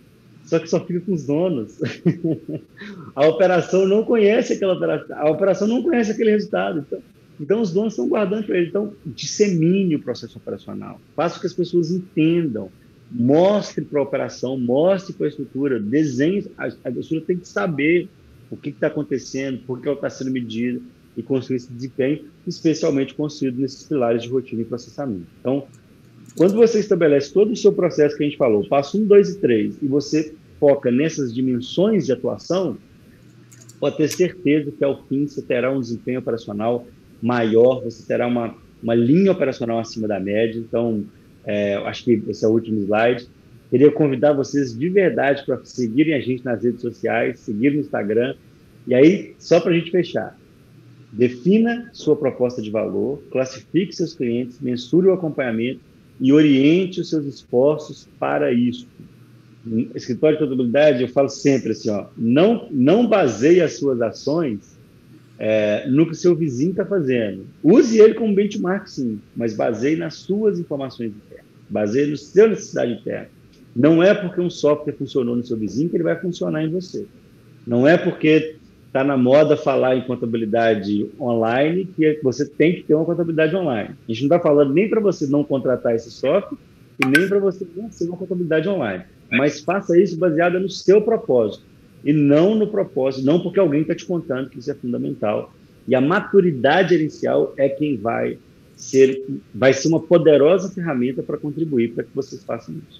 só que só fica com os donos. A operação não conhece aquela operação, a operação não conhece aquele resultado. Então, então os donos estão guardando para ele. Então, dissemine o processo operacional. Faça com que as pessoas entendam. Mostre para a operação, mostre para a estrutura, desenhe. A, a estrutura tem que saber o que está acontecendo, por que ela está sendo medida e construir esse desempenho, especialmente construído nesses pilares de rotina e processamento. Então, quando você estabelece todo o seu processo que a gente falou, passo um, dois e três, e você foca nessas dimensões de atuação, pode ter certeza que ao fim você terá um desempenho operacional maior, você terá uma, uma linha operacional acima da média. Então, é, acho que esse é o último slide. Queria convidar vocês de verdade para seguirem a gente nas redes sociais, seguir no Instagram. E aí, só para a gente fechar, defina sua proposta de valor, classifique seus clientes, mensure o acompanhamento e oriente os seus esforços para isso. No escritório de contabilidade, eu falo sempre assim, ó, não, não baseie as suas ações é, no que seu vizinho está fazendo. Use ele como benchmark, sim, mas baseie nas suas informações internas, baseie na sua necessidade interna. Não é porque um software funcionou no seu vizinho que ele vai funcionar em você. Não é porque está na moda falar em contabilidade online que você tem que ter uma contabilidade online. A gente não está falando nem para você não contratar esse software e nem para você não ser uma contabilidade online. Mas faça isso baseado no seu propósito e não no propósito, não porque alguém está te contando que isso é fundamental. E a maturidade gerencial é quem vai ser, vai ser uma poderosa ferramenta para contribuir para que vocês façam isso.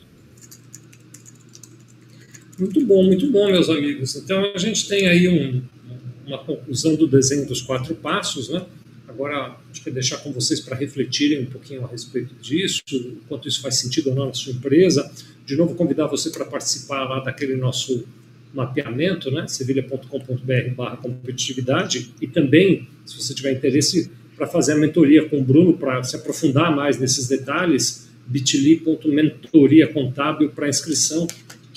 Muito bom, muito bom, meus amigos. Então, a gente tem aí um, uma conclusão do desenho dos quatro passos, né? Agora, acho que é deixar com vocês para refletirem um pouquinho a respeito disso, o quanto isso faz sentido ou não na sua empresa. De novo, convidar você para participar lá daquele nosso mapeamento, né? sevilha ponto com ponto br barra competitividade, e também, se você tiver interesse, para fazer a mentoria com o Bruno, para se aprofundar mais nesses detalhes, bit.ly ponto mentoria contábil para inscrição.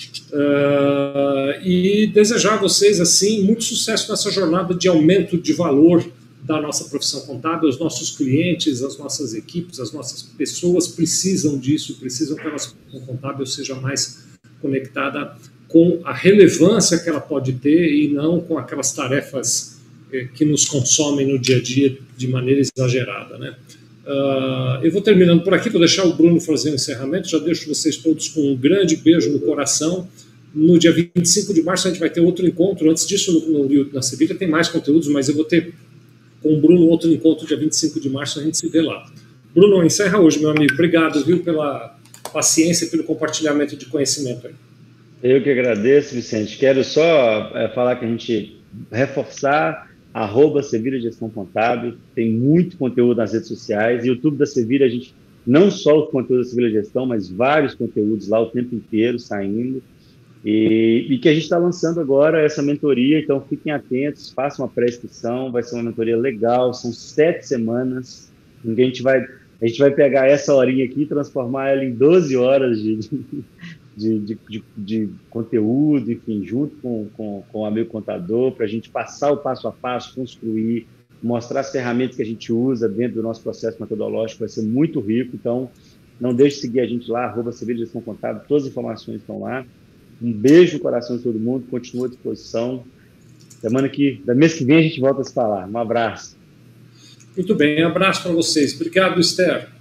Uh, e desejar a vocês, assim, muito sucesso nessa jornada de aumento de valor da nossa profissão contábil. Os nossos clientes, as nossas equipes, as nossas pessoas precisam disso, precisam que a nossa profissão contábil seja mais conectada com a relevância que ela pode ter e não com aquelas tarefas eh, que nos consomem no dia a dia de maneira exagerada, né? Uh, eu vou terminando por aqui, vou deixar o Bruno fazer o encerramento, já deixo vocês todos com um grande beijo no coração. No dia vinte e cinco de março a gente vai ter outro encontro, antes disso no, no, na Sevilha tem mais conteúdos, mas eu vou ter com o Bruno outro encontro dia vinte e cinco de março, a gente se vê lá. Bruno, encerra hoje, meu amigo, obrigado, viu, pela paciência e pelo compartilhamento de conhecimento aí. Eu que agradeço, Vicente, quero só é, falar que a gente reforçar arroba Sevilha Gestão Contábil, tem muito conteúdo nas redes sociais, YouTube da Sevilha, a gente não só os conteúdos da Sevilha Gestão, mas vários conteúdos lá o tempo inteiro saindo, e, e que a gente está lançando agora essa mentoria, então fiquem atentos, façam uma pré-inscrição, vai ser uma mentoria legal, são sete semanas, em que a gente vai, a gente vai pegar essa horinha aqui e transformar ela em doze horas de... De, de, de, de conteúdo, enfim, junto com, com, com o amigo contador, para a gente passar o passo a passo, construir, mostrar as ferramentas que a gente usa dentro do nosso processo metodológico, vai ser muito rico. Então, não deixe de seguir a gente lá, arroba Sevilha Gestão Contábil, todas as informações estão lá. Um beijo no coração de todo mundo, continua à disposição. Semana que, da mês que vem a gente volta a se falar. Um abraço. Muito bem, um abraço para vocês. Obrigado, Esther.